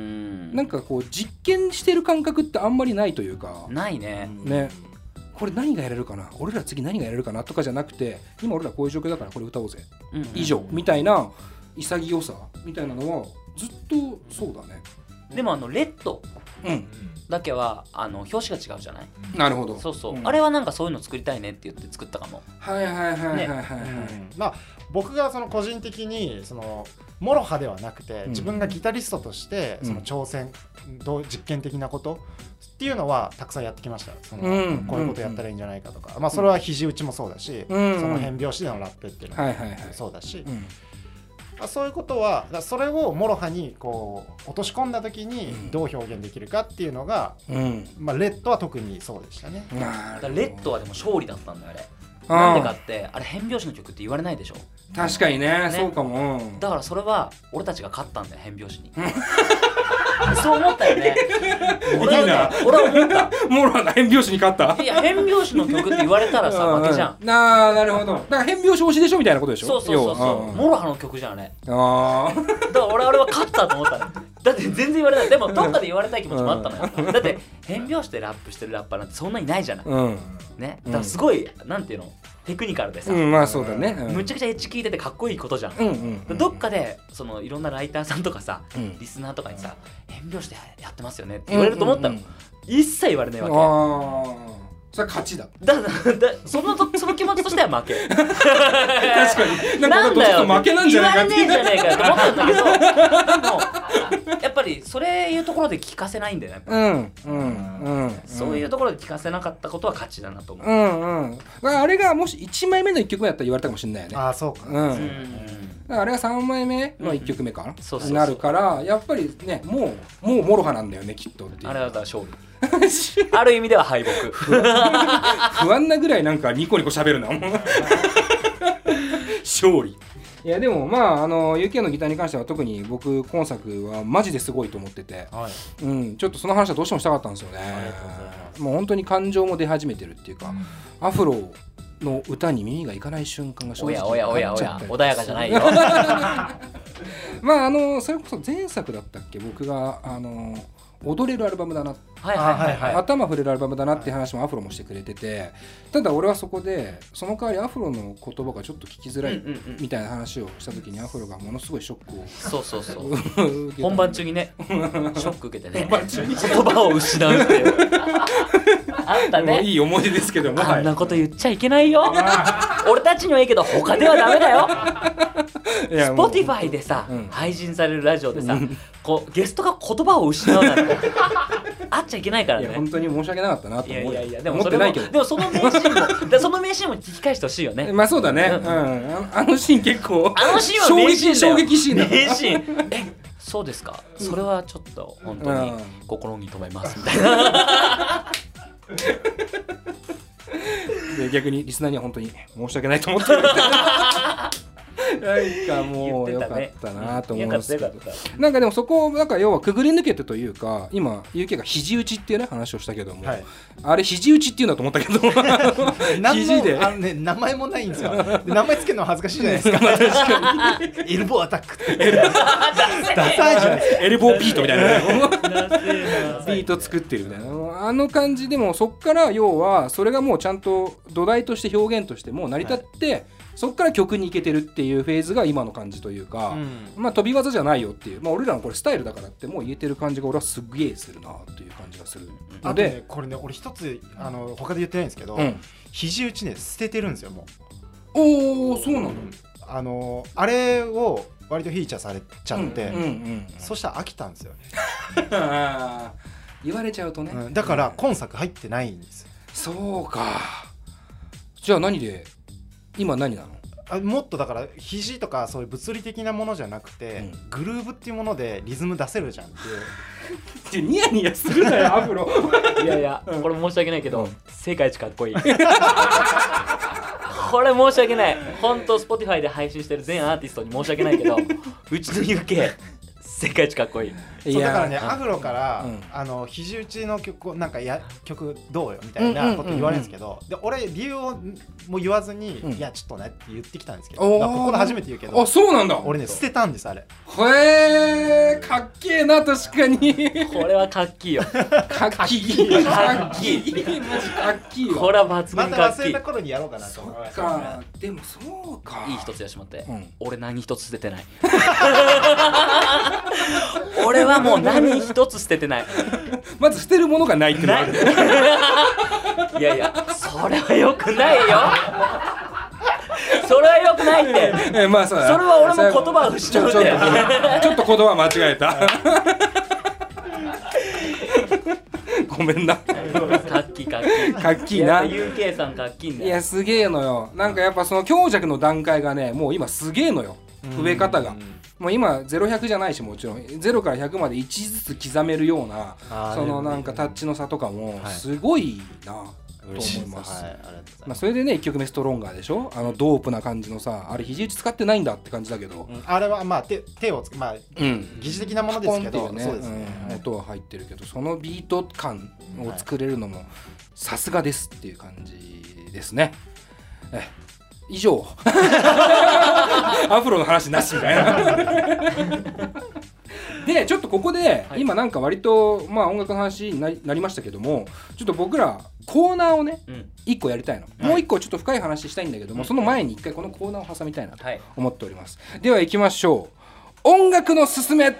なんかこう実験してる感覚ってあんまりないというかないねねこれ何がやれるかな俺ら次何がやれるかなとかじゃなくて今俺らこういう状況だからこれ歌おうぜ、うんうん、以上みたいな潔さみたいなのはずっとそうだね。 でもあのレッドだけはあの表紙が違うじゃない？ なるほど。 そうそう、うん、あれはなんかそういうの作りたいねって言って作ったかも。 はいはいはいはいはい、はい、ね、 うん、まあ僕がその個人的にそのモロハではなくて自分がギタリストとしてその挑戦、うん、実験的なことっていうのはたくさんやってきました。その、うん、こういうことやったらいいんじゃないかとか、うん、まあそれは肘打ちもそうだし、うん、その変拍子でのラップっていうのもそうだし、まあ、そういうことはそれをモロハにこう落とし込んだ時にどう表現できるかっていうのが、うんまあ、レッドは特にそうでしたね。 だからレッドはでも勝利だったんだよあれ。なんでかってあれ変拍子の曲って言われないでしょ。 確かに ね, ねそうかも。 だからそれは俺たちが勝ったんだよ変拍子にそう思ったよね。俺はね俺は思ったモロハが変拍子に勝った。 いや変拍子の曲って言われたらさ負けじゃん。 なあなるほど。だから変拍子推しでしょみたいなことでしょ。 そうそうそうそうモロハの曲じゃんあれ。あだから俺あれは勝ったと思ったの。だって全然言われない。でもどっかで言われたい気持ちもあったのよ、うん、だって変拍子でラップしてるラッパーなんてそんなにないじゃない、うんね、だからすごいなんていうのテクニカルでさ、 うん、まあそうだね、うん、 むちゃくちゃエッジ聞いててかっこいいことじゃん、うんうんうん、どっかでそのいろんなライターさんとかさ、うん、リスナーとかにさ変拍子でやってますよねって言われると思ったの、うんうんうん、一切言われないわけ。あそれは勝ちだ。 だだそのその気持ちとしては負け。確かに。なんかちょっと負けなんじゃないかって言われねえじゃねえかと思ったんだけど、でもやっぱりそれいうところで聞かせないんだよね。うんうんうん。そういうところで聞かせなかったことは勝ちだなと思う。うんうん。あれがもしいちまいめのいっきょくめだったら言われたかもしれないよね。 ああそうか。うん。うんあれがさんまいめのいっきょくめかな、うん、そうそうそうなるからやっぱりねもうもうモロハなんだよねきっとっていう。 あれだったら勝利。ある意味では敗北。 不安なぐらいなんかニコニコ喋るな。勝利。いやでもまああの ユーケー のギターに関しては特に僕今作はマジですごいと思ってて、はい、うん、ちょっとその話はどうしてもしたかったんですよね。ありがとうございます。もう本当に感情も出始めてるっていうか、うん、アフロの歌に耳がいかない瞬間が正直おやおやおやおや穏やかじゃないよ。 まああのそれこそ前作だったっけ僕があの踊れるアルバムだな、はいはいはいはい、頭触れるアルバムだなっていう話もアフロもしてくれてて、ただ俺はそこでその代わりアフロの言葉がちょっと聞きづらいみたいな話をした時にアフロがものすごいショックをそうそうそう本番中にねショック受けてね本番中に言葉を失うっていうあったね。 いい思い出ですけどもあんなこと言っちゃいけないよ。俺たちにはいいけど他ではダメだよ。Spotify でさ、うん、配信されるラジオでさ、うん、こうゲストが言葉を失うなんてあっちゃいけないからね。 いや本当に申し訳なかったなと思う。いやいやいやでもそれも思ってないけどでもその名シーンもその名シーンも聞き返してほしいよね。 まあそうだね、うんうん、あのシーン結構あのシーンは名シーンだよ。 衝撃シーンだよ。 名シーンえそうですか、うん、それはちょっと本当に心に留めますみたいな。 で逆にリスナーには本当に申し訳ないと思ってる。なんかもう良かったなと思うんですけど、なんかでもそこをなんか要はくぐり抜けてというか今 ユーケー が肘打ちっていうね話をしたけども、はい、あれ肘打ちっていうんだと思ったけど肘であの、ね、名前もないんですよ。名前つけるのは恥ずかしいじゃないですか。確かにエルボーアタックってダサいじゃないですか。 エルボービートみたいなビート作ってるみたいなあの感じでもそっから要はそれがもうちゃんと土台として表現としてもう成り立って、はいそっから曲に行けてるっていう風フェーズが今の感じというか、うん、まあ飛び技じゃないよっていう、まあ、俺らのこれスタイルだからってもう言えてる感じが俺はすげえするなっていう感じがするので、 あとねこれね俺一つあの他で言ってないんですけど、うん、肘打ちね捨ててるんですよもう。おおそうなの、うん、 あのあれを割とフィーチャーされちゃって、うんうんうん、そしたら飽きたんですよね言われちゃうとね、 うん、だから今作入ってないんです。 そうか。じゃあ何で今何なの？ あもっとだから肘とかそういう物理的なものじゃなくて、うん、グルーブっていうものでリズム出せるじゃんっていうニヤニヤするなよアフロいやいやこれ申し訳ないけど、うん、世界一かっこいいこれ申し訳ない本当 Spotify で配信してる全アーティストに申し訳ないけどうちの ユーケー世界一かっこいい。 そうだからねアフロから、うん、あの肘打ちの曲なんかや曲どうよみたいなこと言われるんですけど、うんうんうんうん、で俺理由をも言わずに、うん、いやちょっとねって言ってきたんですけど、まあ、ここで初めて言うけど、 あそうなんだ。 俺ね捨てたんですあれ。 へえかっけえな確かにこれはかっきいよかっきいかっきいマジかっきいよ。 これは抜群かっきい。 また忘れた頃にやろうかなと思いました。 そっかでもそうか。 いい一つやしまって、うん、俺何一つ捨ててない俺はもう何一つ捨ててないまず捨てるものがないってのがあるいやいやそれはよくないよそれはよくないって、 えーまあ、そうだそれは俺も言葉を失うんだよちょっと言葉間違えたごめんなかっきいかっきいかっきいな。 ユーケー さんかっきいんだよ。 いやすげえのよ。なんかやっぱその強弱の段階がねもう今すげえのよ増え方が。もう今ゼロひゃくじゃないしもちろんゼロからひゃくまでいちずつ刻めるようなそのなんかタッチの差とかもすごいなと思います。まあそれでねいっきょくめストロンガーでしょ。あのドープな感じのさあれ肘打ち使ってないんだって感じだけど、 うん、あれはまあ 手, 手をつまあ、うん、疑似的なものですけど、 ね、そうですね、うん、音は入ってるけどそのビート感を作れるのもさすがですっていう感じですね。え以上アフロの話なしみたいなでちょっとここで、はい、今なんか割と、まあ、音楽の話にな り, なりましたけどもちょっと僕らコーナーをね、うん、いっこやりたいの、はい、もういっこちょっと深い話したいんだけども、うん、その前にいっかいこのコーナーを挟みたいなと思っております、はい、では行きましょう。音楽のすすめ。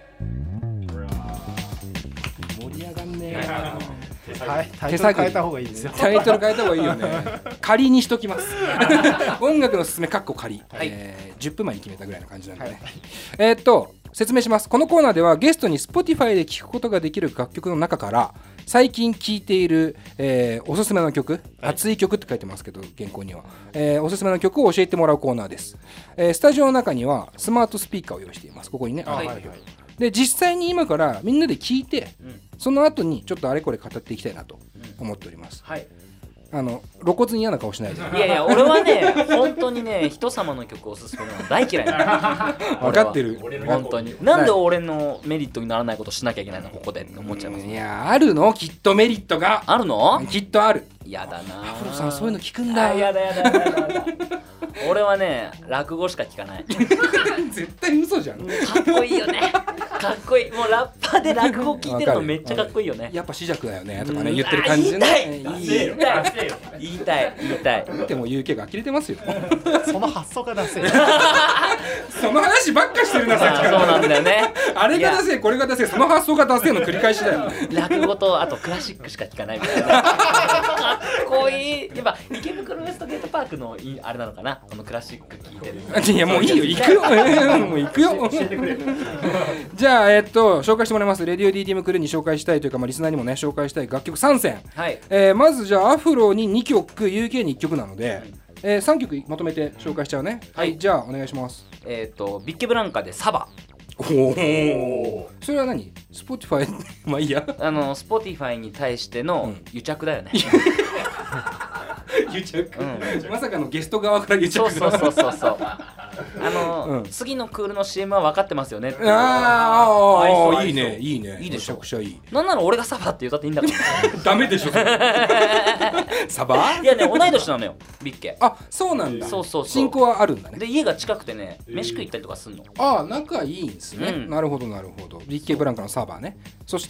盛り上がんねえはい、タイトル変えた方がいいですよ。 タイトル変えた方がいいよね仮にしときます音楽のすすめかっこ仮、はい、えー、じゅっぷんまえに決めたぐらいの感じなんでね、はい、えー、っと説明します。このコーナーではゲストに Spotify で聴くことができる楽曲の中から最近聴いている、えー、おすすめの曲、はい、熱い曲って書いてますけど原稿には、えー、おすすめの曲を教えてもらうコーナーです、えー、スタジオの中にはスマートスピーカーを用意しています。ここにね、はいはい、で実際に今からみんなで聴いて、うん、その後にちょっとあれこれ語っていきたいなと思っております、うん、はい。あの露骨に嫌な顔しないで。 いやいや俺はね本当にね人様の曲をおすすめなの大嫌いな分かってる本当に。なんで俺のメリットにならないことしなきゃいけないのここでって思っちゃいます、ね、 いやあるのきっとメリットがあるのきっとある。 やだなアフロさんそういうの聞くんだ。 やだやだやだやだ俺はね落語しか聞かない絶対嘘じゃん。かっこいいよねかっこいい。もうラッパーで落語聞いてるのめっちゃかっこいいよね。 やっぱ紫尺だよねとかね言ってる感じでね。 言いたい言いたい言いたい言いたい。 見ても ユーケー が呆れてますよその発想が出せその話ばっかしてるなさっきから。 そうなんだよねあれが出せこれが出せその発想が出せの繰り返しだよ落語とあとクラシックしか聞かないみたいなかっこいい。やっぱ池袋ウエストゲートパークのあれなのかなこのクラシック聞いてる。 いやもういいよ行くよもう行くよじゃあえー、っと紹介してもらいます。レディオ ディーティーエム クルーに紹介したいというか、まあ、リスナーにもね紹介したい楽曲さんせん、はい。えー、まずじゃあアフロににきょく ユーケー にいっきょくなので、えー、さんきょくまとめて紹介しちゃうね、はい、はい。じゃあお願いします。 えー、っとビッケブランカでサバ。 おおそれは何 Spotify まあいいやあの Spotify に対しての癒着だよね、 うん、癒着、うん、まさかのゲスト側から癒着。 そうそうそうそうそうあの、うん、次のクールの シーエム は分かってますよねって。 ああいいねいいねいいでしょ。めちゃくちゃいい。 なんなら俺がサバって言ったっていいんだからダメでしょサバ。 いやね同い年なのよビッケ。 あそうなんだ。 そうそうそう親交はあるんだね。 で家が近くてね飯食い行ったりとかすんの。 ああ仲いいんですね、うん、なるほどなるほど。ビッケブランカのサバね。そして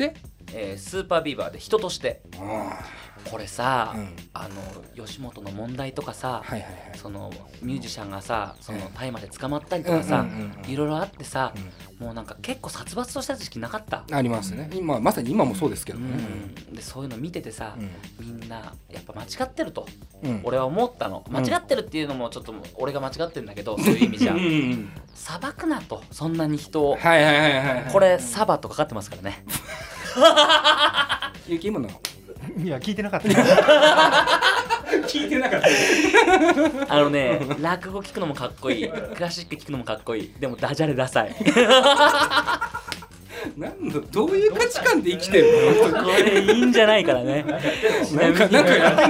えー、スーパービーバーで人としてあこれさ、 うん、 あの吉本の問題とかさ、 はいはいはい、 そのミュージシャンがさその大麻で捕まったりとかさ、いろいろあってさ、うん、もうなんか結構殺伐とした時期なかった？ ありますね、今まさに今もそうですけどね、 うん、でそういうの見ててさ、うん、みんなやっぱ間違ってると、うん、俺は思ったの。間違ってるっていうのもちょっと俺が間違ってるんだけど、うん、そういう意味じゃ裁くなと、そんなに人を、 はいはいはいはい、はい、 これサバとかかってますからねゆき今のいや聞いてなかった聞いてなかったあのね、落語聞くのもかっこいい、クラシック聞くのもかっこいい、でもダジャレダサいなんだ、どういう価値観で生きてるのこれいいんじゃないからねなんかなんかやってる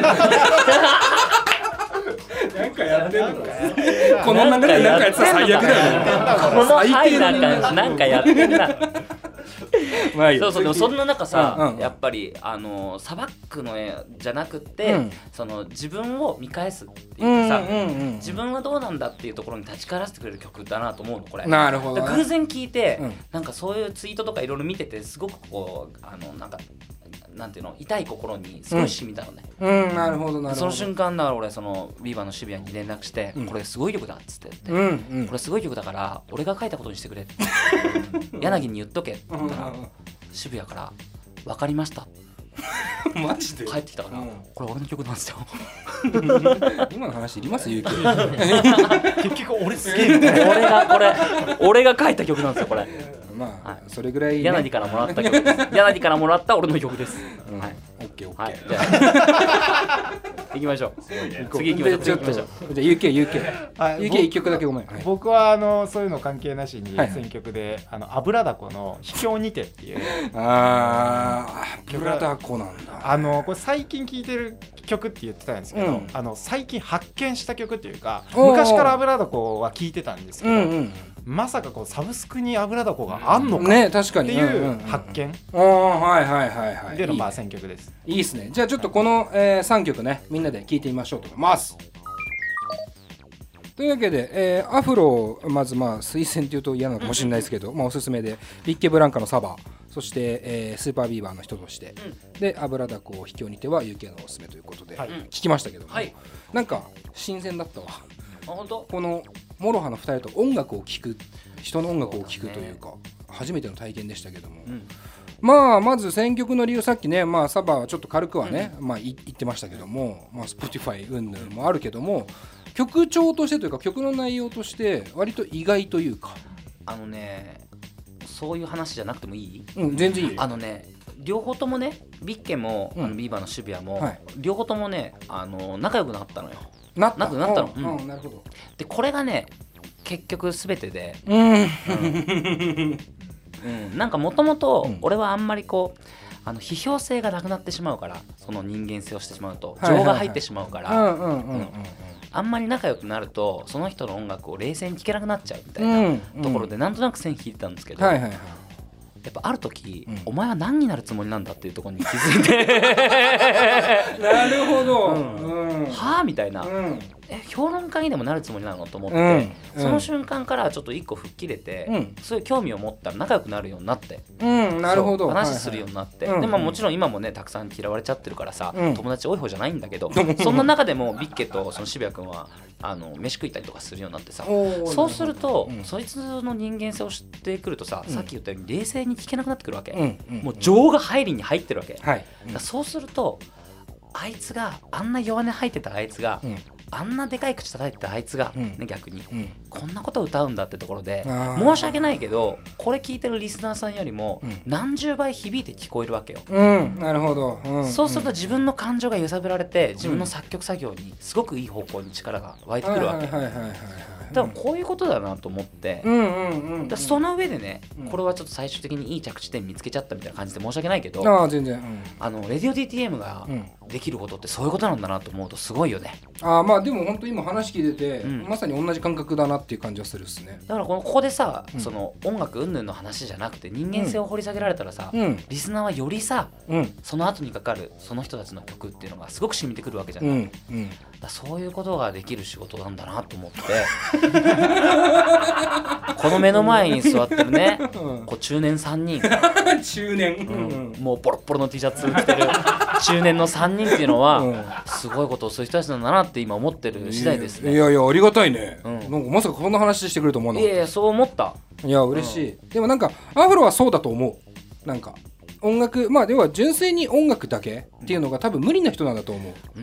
なんかやってるのこの中でなんかやってたら最悪だよこのハイな感じなんかやってんなまあいい、 そうそう、でもそんな中さ、 うんうん、 やっぱりあの砂漠の絵じゃなくて、うん、その自分を見返すっていうかさ、うんうんうん、自分はどうなんだっていうところに立ち返らせてくれる曲だなと思うのこれ。 なるほど、ね、 偶然聞いて、うん、なんかそういうツイートとかいろいろ見ててすごくこうあのなんかなんていうの、痛い心にすごい染みたのね、 うんうん、なるほどなるほど。 その瞬間だから俺そのビーバーの渋谷に連絡して、うん、これすごい曲だっつって言って、 うんうん、 これすごい曲だから俺が書いたことにしてくれって柳に言っとけって言ったら、うんうん、渋谷から分かりましたマジで帰ってきたから、うん、これ俺の曲なんですよ今の話いりますゆうき結局俺すげえ俺がこれ俺が書いた曲なんですよこれ。 まあ、はい、それぐらい、ね、 柳からもらった曲です柳からもらった俺の曲です、 うん、 はい、 オッケーオッケー、 はい、じゃあ行きましょう次行きましょうじゃあ ユーケー ユーケー ユーケー いっきょくだけごめん、はい、 僕はあのそういうの関係なしに選曲で、はいはい、あの油だこの秘境にてっていうあー油だこなんだ。 あのこれ最近聴いてる曲って言ってたんですけど、うん、あの最近発見した曲っていうか昔から油だこは聴いてたんですけど、うんうん、まさかこうサブスクに油だこがあんのかっていう発見ああはいはいはいはいでのまあ選曲です。 いいですね。じゃあちょっとこの、えー、さんきょくねみんなで聴いてみましょうと思います。というわけで、えー、アフロをまずまあ推薦というと嫌なのかもしれないですけど、まあおすすめでビッケブランカのサバ、そして、えー、スーパービーバーの人として、うん、で油だこを秘境にては ユーケー のおすすめということで、はい、聞きましたけども、はい、なんか新鮮だったわ。 あ本当？ このモロハのふたりと音楽を聴く、人の音楽を聴くというか、ね、初めての体験でしたけども、うん、まあまず選曲の理由、さっきね、まあ、サバはちょっと軽くはね、うん、まあ、言ってましたけども、まあ、Spotify 云々もあるけども、曲調としてというか曲の内容として割と意外というか、 あのねそういう話じゃなくてもいい？ うん、全然いいよ。 あのね両方ともねビッケも、うん、あのビーバーの渋谷も、はい、両方ともねあの仲良くなったのよ。 なったなくなったの、 うんうん、なるほど。 でこれがね結局全てで、 うんうんうん、なんかもともと俺はあんまりこうあの批評性がなくなってしまうから、その人間性をしてしまうと情が入ってしまうからあんまり仲良くなるとその人の音楽を冷静に聴けなくなっちゃうみたいなところでなんとなく線引いてたんですけど、 はいはいはい、 やっぱある時、うん、お前は何になるつもりなんだっていうところに気づいてなるほど、 うんうん、はあみたいな、うん、え評論家にでもなるつもりなのと思って、うん、その瞬間からちょっと一個吹っ切れて、うん、そういう興味を持ったら仲良くなるようになって、 うん、なるほど、 話するようになって、はいはい、でまあ、もちろん今もねたくさん嫌われちゃってるからさ、うん、友達多い方じゃないんだけどそんな中でもビッケとその渋谷君はあの飯食いたりとかするようになってさ、そうすると、うん、そいつの人間性を知ってくるとさ、うん、さっき言ったように冷静に聞けなくなってくるわけ、うんうん、もう情が入りに入ってるわけ、はいうん、だそうするとあいつがあんな弱音吐いてたあいつが、うん、あんなでかい口叩いてたあいつが、ねうん、逆に、うん、こんなこと歌うんだってところで申し訳ないけどこれ聞いてるリスナーさんよりも何十倍響いて聞こえるわけよ、 うん、なるほど、うん、 そうすると自分の感情が揺さぶられて自分の作曲作業にすごくいい方向に力が湧いてくるわけ。だからこういうことだなと思って、うんうんうんうん、だその上でね、うん、これはちょっと最終的にいい着地点見つけちゃったみたいな感じで申し訳ないけど、 あ全然、うん、 あのレディオ ディーティーエム ができることってそういうことなんだなと思うとすごいよね。 あまあでも本当今話聞いてて、うん、まさに同じ感覚だなっていう感じはするっすね。 だからこのここでさ、うん、その音楽云々の話じゃなくて人間性を掘り下げられたらさ、うん、リスナーはよりさ、うん、その後にかかるその人たちの曲っていうのがすごく染みてくるわけじゃない、うんうん、 そういうことができる仕事なんだなと思ってこの目の前に座ってるね、うん、こう中年さんにん中年、 うん、もうボロボロの T シャツ着てる中年のさんにんっていうのは、うん、すごいことをする人たちなんだなって今思ってる次第ですね。 いやいやありがたいね、うん、なんかまさかこんな話してくれると思わなかった。 いやいやそう思った。 いや嬉しい、うん、でもなんかアフロはそうだと思う。なんか音楽、まあでは純粋に音楽だけっていうのが多分無理な人なんだと思う。うん、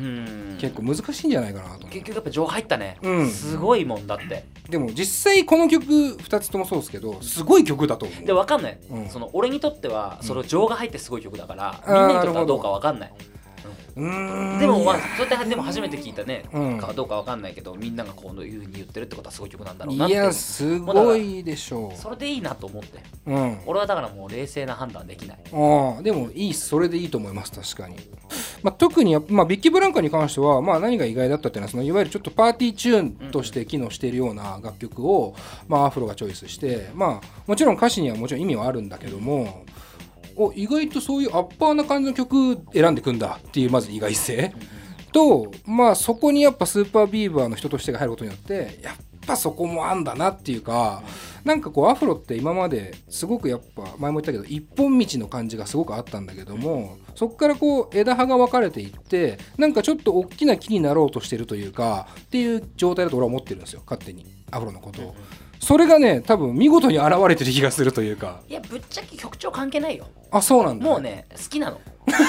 結構難しいんじゃないかなと思う。 結局やっぱ情入ったね、うん、すごいもんだって。でも実際この曲ふたつともそうですけどすごい曲だと思う。 で分かんない、うん、その俺にとってはその情が入ってすごい曲だから、うん、みんなにとってはどうか分かんない。うーんでも、まあ、そうやってでも初めて聞いたね、うん、かどうかわかんないけどみんながこういう風に言ってるってことはすごい曲なんだろうなって。 いやすごいでしょう。 それでいいなと思って、うん、俺はだからもう冷静な判断できない。 あでもいい、それでいいと思います。確かに、まあ、特に、まあ、ビッキーブランカに関しては、まあ、何が意外だったっていうのはそのいわゆるちょっとパーティーチューンとして機能しているような楽曲を、まあ、アフロがチョイスして、まあ、もちろん歌詞にはもちろん意味はあるんだけども、お意外とそういうアッパーな感じの曲選んでくんだっていうまず意外性と、まあそこにやっぱスーパービーバーの人としてが入ることによってやっぱそこもあんだなっていうか、なんかこうアフロって今まですごくやっぱ前も言ったけど一本道の感じがすごくあったんだけども、そこからこう枝葉が分かれていってなんかちょっと大きな木になろうとしてるというかっていう状態だと俺は思ってるんですよ、勝手にアフロのことを。それがね多分見事に現れてる気がするというか。 いやぶっちゃけ曲調関係ないよ。 あそうなんだ、ね、 もうね好きなの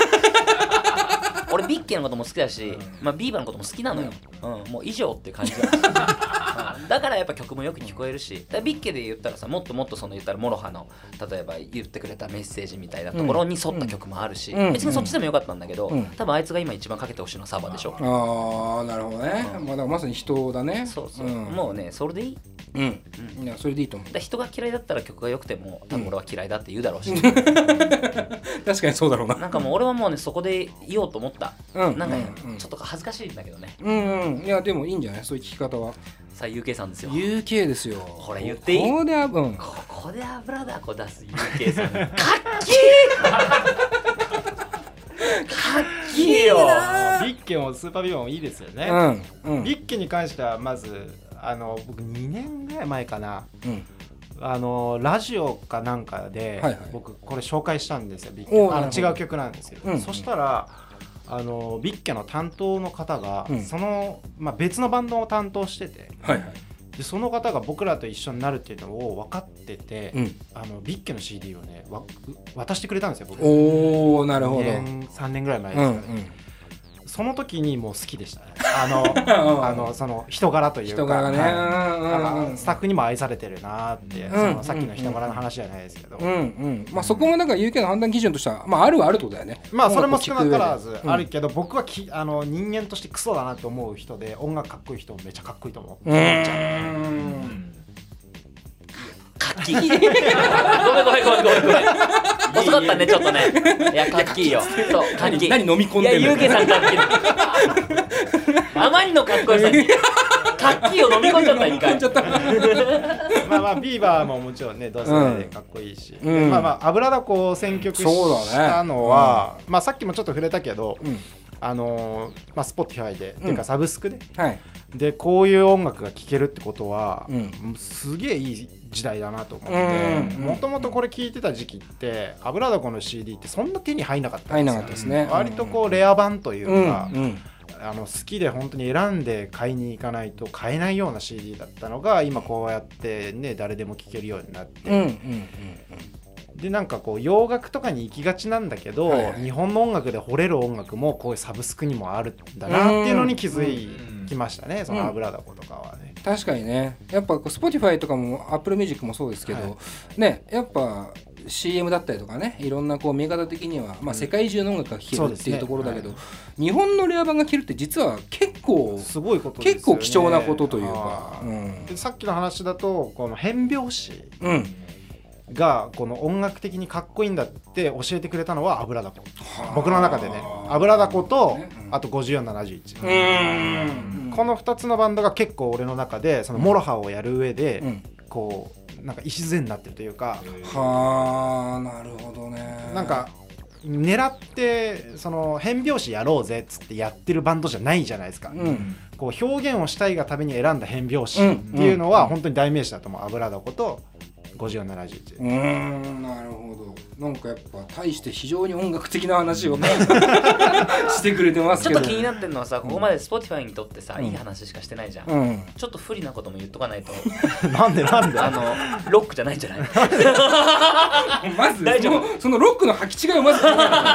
俺ビッケのことも好きだし、まあ、ビーバーのことも好きなのよ、うんうん、もう以上って感じだ、うん、だからやっぱ曲もよく聞こえるし、だビッケで言ったらさもっともっとその言ったらモロハの例えば言ってくれたメッセージみたいなところに沿った曲もあるし、うん、別にそっちでもよかったんだけど、うん、多分あいつが今一番かけてほしいのはサバでしょ。 ああなるほどね、うん、まあ、だからまさに人だね。 そうそう、うん、もうねそれでいい。 うん、うん、いやそれでいいと思う。 だ人が嫌いだったら曲が良くても多分俺は嫌いだって言うだろうし、うん、 確かにそうだろうな。 なんかもう俺はもうねそこでいようと思った、うん、なんか、ねうん、ちょっと恥ずかしいんだけどね。 うんうん、いやでもいいんじゃないそういう聞き方は。 さあ ユーケー さんですよ。 ユーケー ですよ。 これ言っていい？ ここで、うん、 ここで油だこ出す ユーケー さんかっきーかっきーよ。 ビッケもスーパービーバーもいいですよね、うんうん、ビッケに関してはまずあの僕にねんぐらい前かな、うん、あのラジオかなんかで、はいはい、僕これ紹介したんですよ。ビッケあの違う曲なんですけど、うん、そしたらあのビッケの担当の方が、うん、その、まあ、別のバンドを担当してて、はいはい、でその方が僕らと一緒になるっていうのを分かってて、うん、あのビッケの シーディー をねわ渡してくれたんですよ。僕おーなるほど。 にねんさんねんぐらい前ですからね、うんうん、その時にもう好きでしたね。あのあのその人柄というか人柄ね、 はい、スタッフにも愛されてるなって、うん、そのさっきの人柄の話じゃないですけど、うんうんまあ、そこもなんか ユーケー の判断基準としては、まあ、あるはあるってことだよね。 まあそれも少なからずあるけど、うん、僕はきあの人間としてクソだなと思う人で音楽かっこいい人もめちゃかっこいいと思う。うんうんかっきーごめんごめんごめんごめんごめん遅かったねちょっとね。いやかっきーよ。そうかっきー。 何飲み込んでんの。 いやユーケーさんかっきーあまりのかっこよさにかっきーを飲み込んじゃった一回まあまあビーバーももちろんね同世代でかっこいいし、うん、まあまあ油田こう選曲したのは、ねうん、まあさっきもちょっと触れたけど、うん、あのー、まあ Spotify で、うん、っていうかサブスクで、はい、でこういう音楽が聴けるってことは、うん、すげえいい時代だなと思って、もともとこれ聴いてた時期って油だこの シーディー ってそんな手に入んなかったんですよ。 ですね、 割とこうレア版というか、うんうん、あの好きで本当に選んで買いに行かないと買えないような シーディー だったのが今こうやってね誰でも聴けるようになって、うんうんうんうん、でなんかこう洋楽とかに行きがちなんだけど、はいはい、日本の音楽で惚れる音楽もこういうサブスクにもあるんだなっていうのに気づきましたね、うん、その油だことかはね。 確かにね、やっぱ Spotify とかも Apple Music もそうですけど、はい、ねやっぱ シーエム だったりとかねいろんなこう見方的には、まあ、世界中の音楽が聴けるっていうところだけど、ねはい、日本のレア版が聴けるって実は結構すごいことですよね。 結構貴重なことというか、うん、 でさっきの話だとこの変拍子、うんがこの音楽的にかっこいいんだって教えてくれたのは油だこ。僕の中でね油だことあとごじゅうよんななじゅういち、うんこのふたつのバンドが結構俺の中でそのモロハをやる上で、うん、こうなんか礎になってるというか、 はあなるほどね。 なんか狙ってその変拍子やろうぜっつってやってるバンドじゃないじゃないですか、うん、 こう表現をしたいがために選んだ変拍子っていうのは本当に代名詞だと思う。油床とごじゅうよんななじゅういち。 うーん、なるほど。なんかやっぱ大して非常に音楽的な話をしてくれてますけど、 ちょっと気になってるのはさ、ここまで Spotify にとってさ、うん、いい話しかしてないじゃん、うん、ちょっと不利なことも言っとかないとなんでなんであのロックじゃないんじゃないまず大丈夫、そのロックの履き違いをまず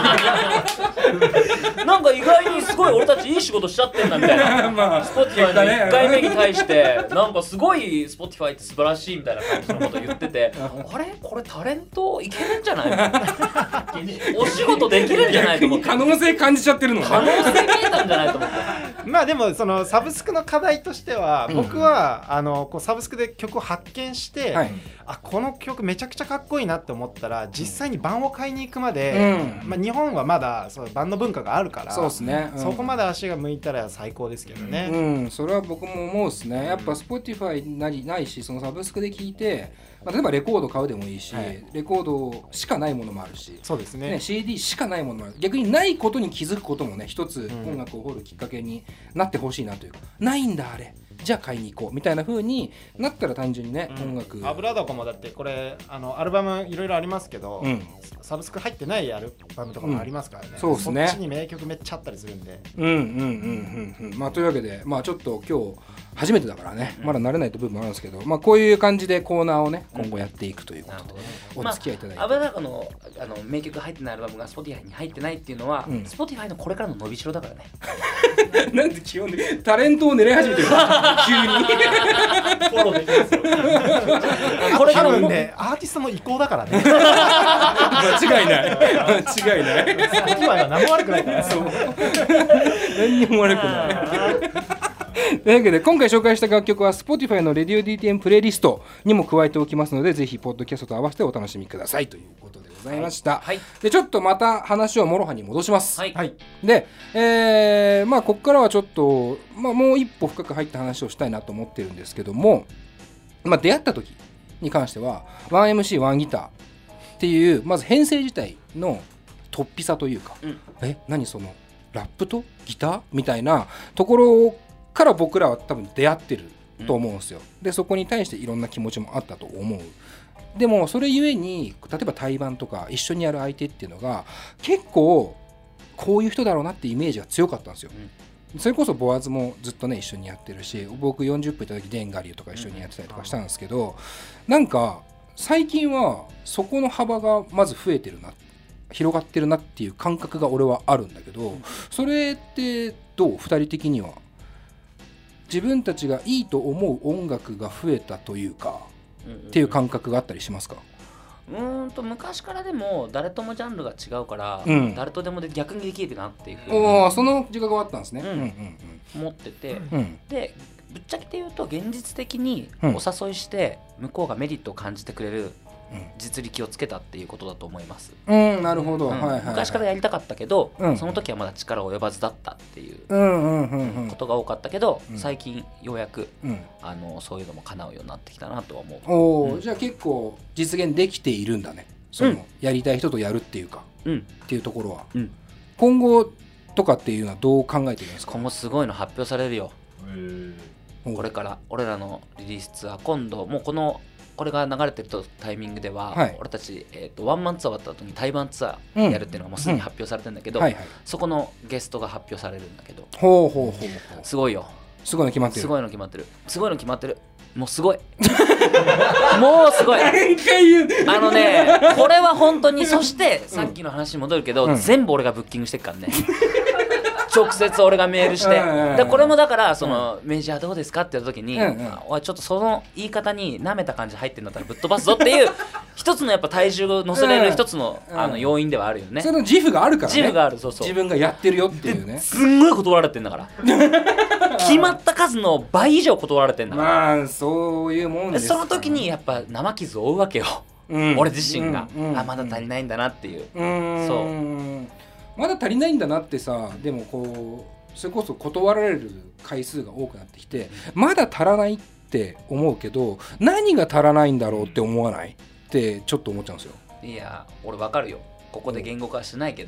なんか意外にすごい俺たちいい仕事しちゃってんだみたいな、まあ、Spotify のいっかいめに対してなんかすごい Spotify って素晴らしいみたいな感じのこと言っててあれこれタレントいけるんじゃないお仕事できるんじゃないと思って可能性感じちゃってるのね。 可能性見えたんじゃないと思ってまあでもそのサブスクの課題としては、うん、僕はあのこうサブスクで曲を発見して、はい、あこの曲めちゃくちゃかっこいいなって思ったら実際に盤を買いに行くまで、うんまあ、日本はまだそう盤の文化があるからそうですね、うん、 そこまで足が向いたら最高ですけどね、 うんうん、それは僕も思うですね。やっぱ Spotify なりないしそのサブスクで聴いて、まあ、例えばレコード買うでもいいし、はい、レコードしかないものもあるしそうですね、 ね シーディー しかないものもある。逆にないことに気づくこともね一つ音楽を掘るきっかけになってほしいなというか、うん、ないんだあれじゃあ買いに行こうみたいな風になったら単純にね、うん、音楽油床もだってこれあのアルバムいろいろありますけど、うん、サブスク入ってないアルバムとかもありますからね、うん、 そうですね。 そっちに名曲めっちゃあったりするんでうんうんうんうんうんまあというわけでまあちょっと今日初めてだからね、うん、まだ慣れないと部分もあるんですけど、まあこういう感じでコーナーをね今後やっていくということで、うん、お付き合いいただいて、まあ、 油床のあの名曲入ってないアルバムが Spotify に入ってないっていうのは、うん、Spotify のこれからの伸びしろだからねなんで基本的にタレントを狙い始めてる急にフォローできますよこれからもねアーティストの意向だからね間違いない間違いない Spotify は何も悪くないからそう何にも悪くないというわけで今回紹介した楽曲は Spotify の Radio ディーティーエム プレイリストにも加えておきますのでぜひポッドキャストと合わせてお楽しみくださいということでございました、はい、でちょっとまた話をもろはに戻します、はい、で、えー、まあここからはちょっと、まあ、もう一歩深く入った話をしたいなと思ってるんですけども、まあ、出会った時に関しては ワンエムシーワン ギターっていうまず編成自体の突飛さというか、うん、え何そのラップとギターみたいなところから僕らは多分出会ってると思うんですよ、うん、でそこに対していろんな気持ちもあったと思う。でもそれゆえに例えば対バンとか一緒にやる相手っていうのが結構こういう人だろうなってイメージが強かったんですよ、うん、それこそボアズもずっとね一緒にやってるし僕よんじゅっぷんいた時デンガリューとか一緒にやってたりとかしたんですけど、うん、なんか最近はそこの幅がまず増えてるな広がってるなっていう感覚が俺はあるんだけど、うん、それってどうふたり的には自分たちがいいと思う音楽が増えたというか、うんうんうん、っていう感覚があったりしますか？ うーんと昔からでも誰ともジャンルが違うから、うん、誰とでもで逆にできるなっていうふうにおその自覚があったんですね、うんうんうんうん、思ってて、うん、でぶっちゃけて言うと現実的にお誘いして向こうがメリットを感じてくれる実力をつけたっていうことだと思います、 うん、なるほど、うんはいはいはい、昔からやりたかったけど、うん、その時はまだ力及ばずだったっていうことが多かったけど、うん、最近ようやく、うん、あのそういうのも叶うようになってきたなとは思う。 お、うん、じゃあ結構実現できているんだねその、うん、やりたい人とやるっていうか、うん、っていうところは、うん、今後とかっていうのはどう考えているんですか？ 今後すごいの発表されるよ。へこれから俺らのリリースツアー今度もうこのこれが流れてるタイミングでは、はい、俺たち、えーと、ワンマンツアー終わった後に対バンツアーやるっていうのがもうすでに発表されてるんだけど、うんうんはいはい、そこのゲストが発表されるんだけどほうほうほうほうすごいよ。 すごいの決まってるすごいの決まってるすごいの決まってるもうすごいもうすごい何回言うあのねこれは本当にそしてさっきの話に戻るけど、うん、全部俺がブッキングしてっからね直接俺がメールしてでこれもだからその、うん、メジャーどうですかって言った時に、うんうん、おいちょっとその言い方に舐めた感じ入ってんだったらぶっ飛ばすぞっていう一つのやっぱ体重を乗せれる一つの、うん、あの要因ではあるよね。 その自負があるからね。 自負があるそうそう自分がやってるよっていうね。 すんごい断られてんだから決まった数の倍以上断られてんだから。 まあそういうもんですその時にやっぱ生傷を負うわけよ、うん、俺自身が、うんうん、あまだ足りないんだなっていう、うん、 そうまだ足りないんだなってさでもこうそれこそ断られる回数が多くなってきてまだ足らないって思うけど何が足らないんだろうって思わないってちょっと思っちゃうんですよ。 いや俺わかるよここで言語化してないけど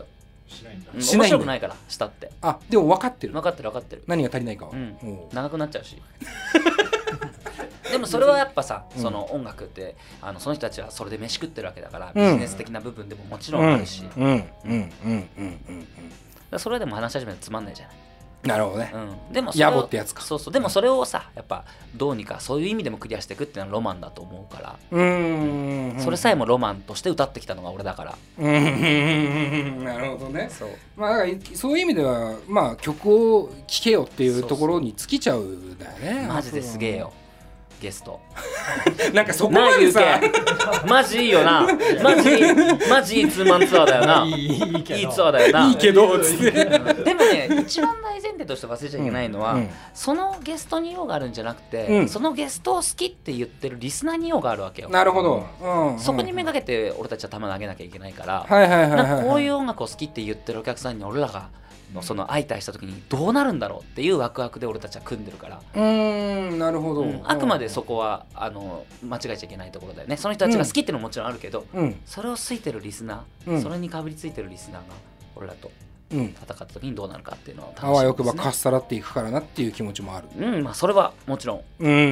しないんだ。 うん、面白くないからしたって。 あでも分かってる分かってる分かってる何が足りないかは、 うん、長くなっちゃうしでもそれはやっぱさ、うん、その音楽ってあのその人たちはそれで飯食ってるわけだから、うん、ビジネス的な部分でももちろんあるし、うんうんうんうんうんうん、それでも話し始めてつまんないじゃない。 なるほどね、 うん、でも野暮ってやつか。 そうそうでもそれをさやっぱどうにかそういう意味でもクリアしていくっていうのはロマンだと思うから、 うーんそれさえもロマンとして歌ってきたのが俺だから。 うーんなるほどね。そう、まあ、だからそういう意味では、まあ、曲を聴けよっていうところに尽きちゃうんだよね。そうそうマジですげえよゲストなんかそこまでさマジいいよなマジマジいいツーマンツアーだよないい, い, い, いいツアーだよないいけどつってでもね一番大前提として忘れちゃいけないのは、うんうん、そのゲストに用があるんじゃなくて、うん、そのゲストを好きって言ってるリスナーに用があるわけよ。 なるほど、 うんうん、そこにめがけて俺たちは球投げなきゃいけないから、はいはいはいはいはい、こういう音楽を好きって言ってるお客さんに俺らがのその相対した時にどうなるんだろうっていうワクワクで俺たちは組んでるから。 うーんなるほど、うん、 あくまでそこはあの間違えちゃいけないところだよね。その人たちが好きっていうのももちろんあるけど、うん、それを好いてるリスナー、うん、それにかぶりついてるリスナーが俺らと戦った時にどうなるかっていうのは楽しみですね。 あわよくばかっさらっていくからなっていう気持ちもある。 うんまあそれはもちろん。 うん、うん、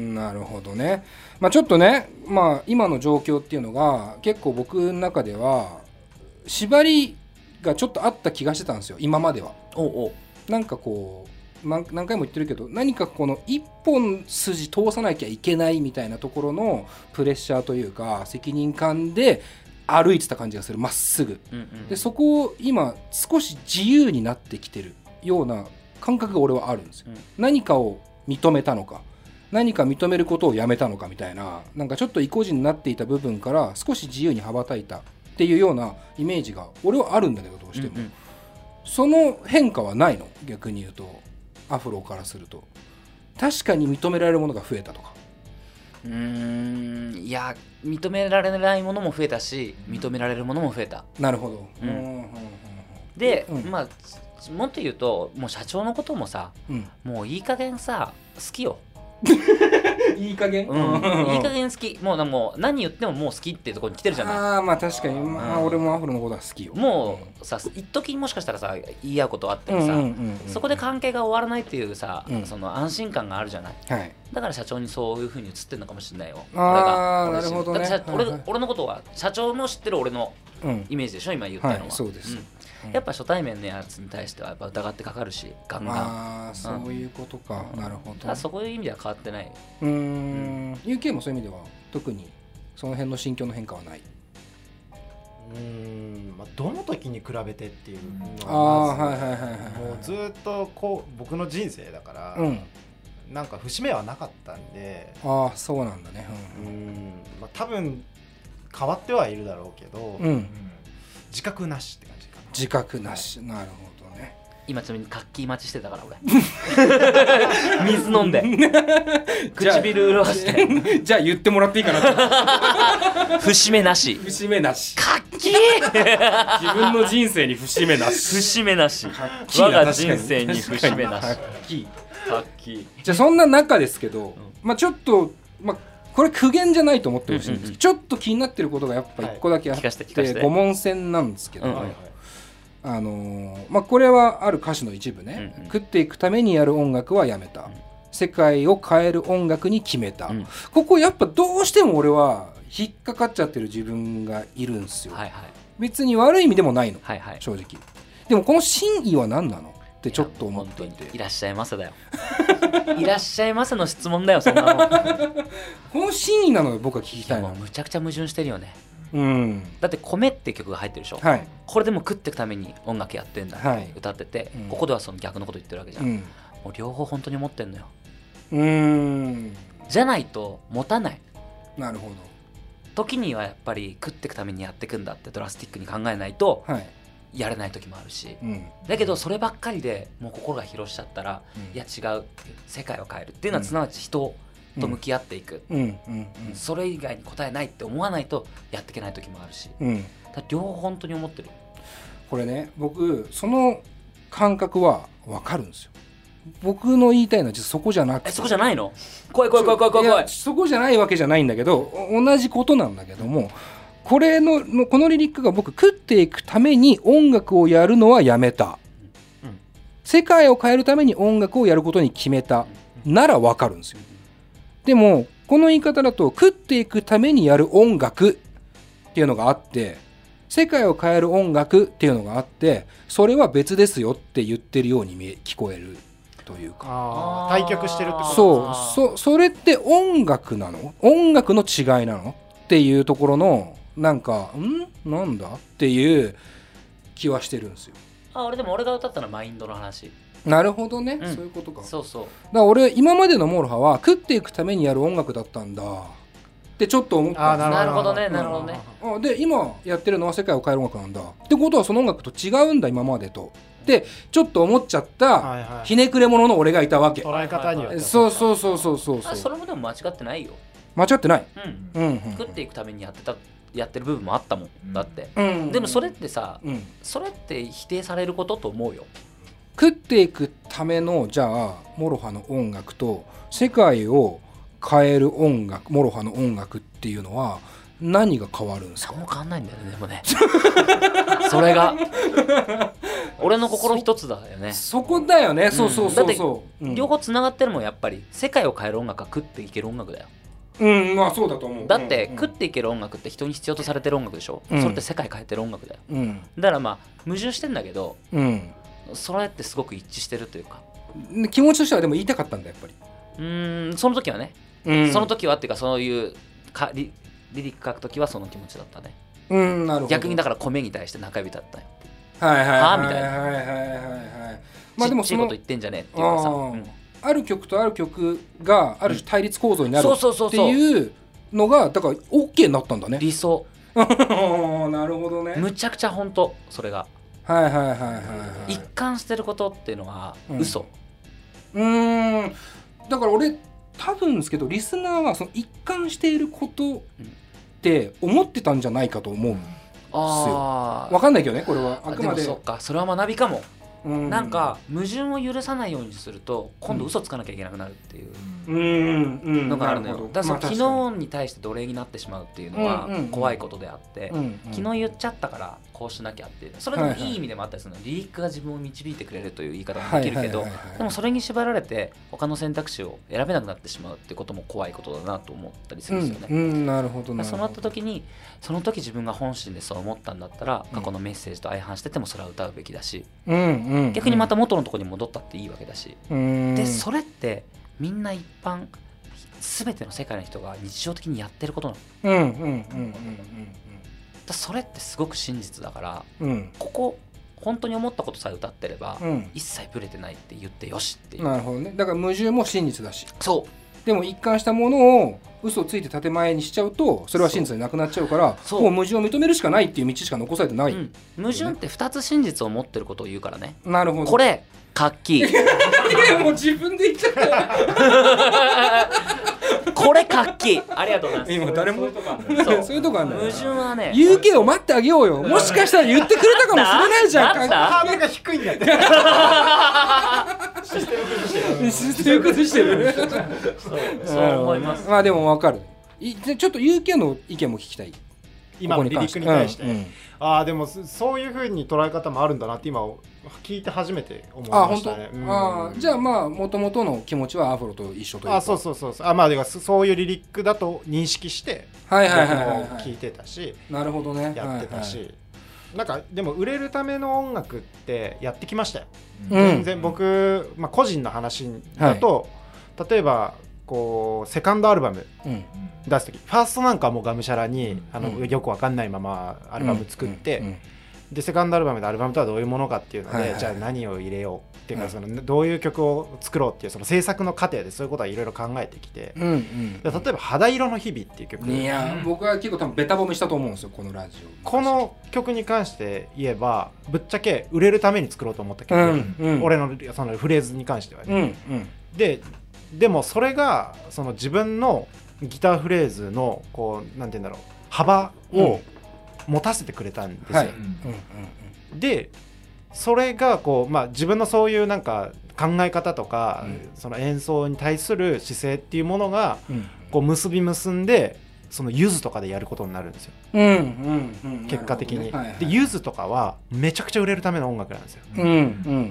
なるほどね。まあちょっとね、まあ今の状況っていうのが結構僕の中では縛りがちょっとあった気がしてたんですよ今までは。 おうおうなんかこう何回も言ってるけど何かこの一本筋通さなきゃいけないみたいなところのプレッシャーというか責任感で歩いてた感じがするまっすぐ、うんうん、でそこを今少し自由になってきてるような感覚が俺はあるんですよ、うん、何かを認めたのか何か認めることをやめたのかみたいななんかちょっと意固地になっていた部分から少し自由に羽ばたいたっていうようなイメージが俺はあるんだけどどうしても、うんうん、その変化はないの？逆に言うとアフロからすると確かに認められるものが増えたとか。 うーんいや認められないものも増えたし認められるものも増えた。 なるほど、うんうんうん、 で、うん、まあもっと言うともう社長のこともさ、うん、もういい加減さ好きよいい加減、 うん、いい加減好き。もうもう何言ってももう好きっていうところに来てるじゃない。 ああまあ確かに、まあ、俺もアフロのことは好きよ。 もうさ一時もしかしたらさ言い合うことあってもさ、うんうんうんうん、そこで関係が終わらないっていうさ、うん、その安心感があるじゃない、はい、だから社長にそういう風に映ってるのかもしれないよ。 ああなるほどね。 だって俺、はいはい、俺のことは社長の知ってる俺のイメージでしょ、うん、今言ったのは、 はい、そうです、 うん、やっぱ初対面のやつに対してはやっぱ疑ってかかるしガンガン。 ああそういうことか、うん、なるほど。 ただそういう意味では変わってない。 うーん、うん、ユーケー もそういう意味では特にその辺の心境の変化はない。 うーん、まあ、どの時に比べてっていうのはまず、あ、はいはいはいはい、 もうずっとこう僕の人生だから、うん、なんか節目はなかったんで。 ああそうなんだね、 うん、うーん、まあ、多分変わってはいるだろうけど、うんうん、自覚なしって感じかな。 自覚なし、はい、なるほどね。 今ちなみにカッキー待ちしてたから俺水飲んで唇潤してじゃあ言ってもらっていいかなと節目なし節目なしカッキー自分の人生に節目なし節目なし我が人生に節目なしカッキーカッキー。 じゃあそんな中ですけど、うん、まあちょっとまあこれ苦言じゃないと思ってほしいんですけど、うんうんうん、ちょっと気になってることがやっぱいっこだけあって、はい、ご問線なんですけど、うんうん、あのーまあ、これはある歌詞の一部ね、うんうん、食っていくためにやる音楽はやめた、うん、世界を変える音楽に決めた、うん、ここやっぱどうしても俺は引っかかっちゃってる自分がいるんですよ、はいはい、別に悪い意味でもないの、はいはい、正直。でもこの真意は何なのってちょっと思っていて。 い, いらっしゃいませだよいらっしゃいませの質問だよそんなのこの真意なのよ僕は聞きたいの。 いやもうむちゃくちゃ矛盾してるよね。 うん、 だって米って曲が入ってるでしょ、はい、これでも食っていくために音楽やってんだって、はい、歌ってて、うん、ここではその逆のこと言ってるわけじゃん、うん、もう両方本当に持ってんのよ。 うーんじゃないと持たない。 なるほど。 時にはやっぱり食っていくためにやっていくんだってドラスティックに考えないと、はい、やれない時もあるし、うん、だけどそればっかりでもう心が広しちゃったら、うん、いや違う世界を変えるっていうのはすなわち人と向き合っていく、うんうんうんうん、それ以外に答えないって思わないとやっていけない時もあるし、うん、だ両方本当に思ってる。 これね僕その感覚は分かるんですよ。僕の言いたいのは実はそこじゃなくて。 えそこじゃないの？怖い怖い怖い怖い怖い。 そこじゃないわけじゃないんだけど同じことなんだけども、 これのこのリリックが僕食っていくために音楽をやるのはやめた、うん、世界を変えるために音楽をやることに決めたならわかるんですよ。でもこの言い方だと食っていくためにやる音楽っていうのがあって世界を変える音楽っていうのがあってそれは別ですよって言ってるように見え聞こえるというかあ対極してるってことそうそそれって音楽なの音楽の違いなのっていうところのなんかんなんだっていう気はしてるんですよ。 あ俺でも俺が歌ったのはマインドの話。 なるほどね、 うん、 そういうことか。 そうそうだから俺今までのモロハは食っていくためにやる音楽だったんだってちょっと思ったんです。 あなるほどねなるほどね。 あで今やってるのは世界を変える音楽なんだってことはその音楽と違うんだ今までとでちょっと思っちゃったひねくれ者の俺がいたわけ。 捉え方によってそうそうそうそうそうそう。 それもでも間違ってないよ。 間違ってない、 うんうんうん、食っていくためにやってたやってる部分もあったもんだって、うん、でもそれってさ、うん、それって否定されることと思うよ。 食っていくためのじゃあモロハの音楽と世界を変える音楽モロハの音楽っていうのは何が変わるんですか？ 何も変わんないんだよねでもねそれが俺の心一つだよね。 そこだよね、うん、そうそうそうそう、 だって両方つながってるもんやっぱり世界を変える音楽は食っていける音楽だよ。 うんまあそうだと思う。 だって食っていける音楽って人に必要とされてる音楽でしょ、うん、それって世界変えてる音楽だよ、うん、だからまあ矛盾してんだけど、うん、それってすごく一致してるというか気持ちとしてはでも言いたかったんだやっぱり。 うーんその時はね、うん、その時はっていうかそういうか リ, リリック書く時はその気持ちだったね。 うんなるほど。 逆にだから米に対して中指だったよ。 はいはいはいはあみたいな。 はいはいはいはい。 まあでもそのちっちゃいこと言ってんじゃねえっていうかさ、うん、 ある曲とある曲がある種対立構造になるっていうのがだから OK になったんだね。 理想なるほどね。 むちゃくちゃ本当それがはいはいはいはい、はい、 一貫してることっていうのは嘘、 うん、うーんだから俺多分ですけどリスナーはその一貫していることって思ってたんじゃないかと思うんですよ。あ分かんないけどねこれはあくまで。 でもそっかそれは学びかも。なんか矛盾を許さないようにすると今度嘘つかなきゃいけなくなるっていうのがあるのよ。だからその昨日に対して奴隷になってしまうっていうのは怖いことであって、昨日言っちゃったからこうしなきゃっていうそれでもいい意味でもあったりするの。リリックが自分を導いてくれるという言い方もできるけどでもそれに縛られて他の選択肢を選べなくなってしまうってことも怖いことだなと思ったりするんですよね。 うんうん、なるほどなるほど。 そうなった時にその時自分が本心でそう思ったんだったら過去のメッセージと相反しててもそれは歌うべきだし、うんうんうん、逆にまた元のところに戻ったっていいわけだし、うん、でそれってみんな一般全ての世界の人が日常的にやってることなの。うんうんうんうんうん。だそれってすごく真実だから、うん、ここ本当に思ったことさえ歌ってれば、うん、一切ブレてないって言ってよしっていう。 なるほどね。だから矛盾も真実だし。 そう。 でも一貫したものを嘘をついて建前にしちゃうとそれは真実になくなっちゃうからもう矛盾を認めるしかないっていう道しか残されてない、うん、 矛盾ってふたつ真実を持ってることを言うからね。 なるほど。 これカッキーもう自分で言っちゃったこれカッキーありがとうございます。 今誰もそういうとこあるんだよ。 矛盾はねユーケー を待ってあげようよ。もしかしたら言ってくれたかもしれないじゃん。 ハードルが低いんだってシステム崩してるシステム崩してるそうそう思います。 まあでも分かる。ちょっと ユーケー の意見も聞きたい。 今のリリックに対して、うんうん、ああでもそういう風に捉え方もあるんだなって今聞いて初めて思いましたね。 あ、うん、あじゃあまあ元々の気持ちはアフロと一緒というか。 あそうそうそうあまあでもそういうリリックだと認識して僕も聞いてたし、 なるほどねやってたし、はいはい、なんかでも売れるための音楽ってやってきましたよ、うん、全然僕、まあ、個人の話だと、はい、例えばこうセカンドアルバム出す時、うん、ファーストなんかもうがむしゃらに、うん、あのよくわかんないままアルバム作って、うんうんうん、でセカンドアルバムでアルバムとはどういうものかっていうので、はいはい、じゃあ何を入れようっていうか、うん、そのどういう曲を作ろうっていうその制作の過程でそういうことはいろいろ考えてきて、うんうん、例えば肌色の日々っていう曲、 いや僕は結構多分ベタ褒めしたと思うんですよこのラジオ。 この曲に関して言えばぶっちゃけ売れるために作ろうと思った曲、うんうん、俺のそのフレーズに関してはね、うんうん、ででもそれがその自分のギターフレーズのこうなんて言うんだろう幅を持たせてくれたんですよ、はいうんうん、でそれがこう、まあ、自分のそういうなんか考え方とか、うん、その演奏に対する姿勢っていうものが、うん、こう結び結んでそのゆずとかでやることになるんですよ、 うんうんうん、 結果的に、ねはいはい、でゆずとかはめちゃくちゃ売れるための音楽なんですよ、うんうん、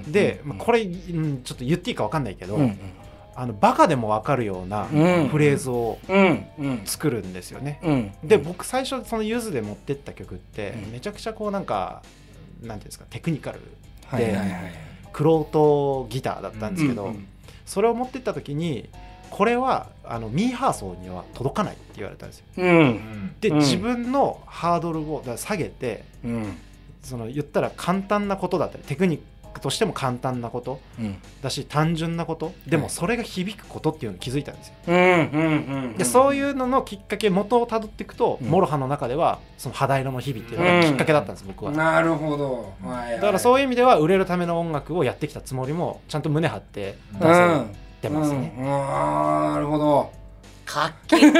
で、まあ、これ、うん、ちょっと言っていいか分かんないけど、うんうん、あのバカでも分かるようなフレーズを作るんですよね、うんうん、で僕最初そのゆずで持ってった曲ってめちゃくちゃこうなんかなんていうんですかテクニカルでクロートギターだったんですけど、うんうん、それを持ってった時にこれはあのミーハー層には届かないって言われたんですよ、うん、で、うん、自分のハードルを下げて、うん、その言ったら簡単なことだったりテクニックとしても簡単なことだし、うん、単純なことでもそれが響くことっていうのに気づいたんですよ、うんうんうんうん、でそういうののきっかけ元をたどっていくと、うん、モロハの中ではその肌色の日々っていうのがきっかけだったんです、うん、僕は。なるほど、はいはい、だからそういう意味では売れるための音楽をやってきたつもりもちゃんと胸張って出せる、うん出ますね、うん、あなるほどかっけえ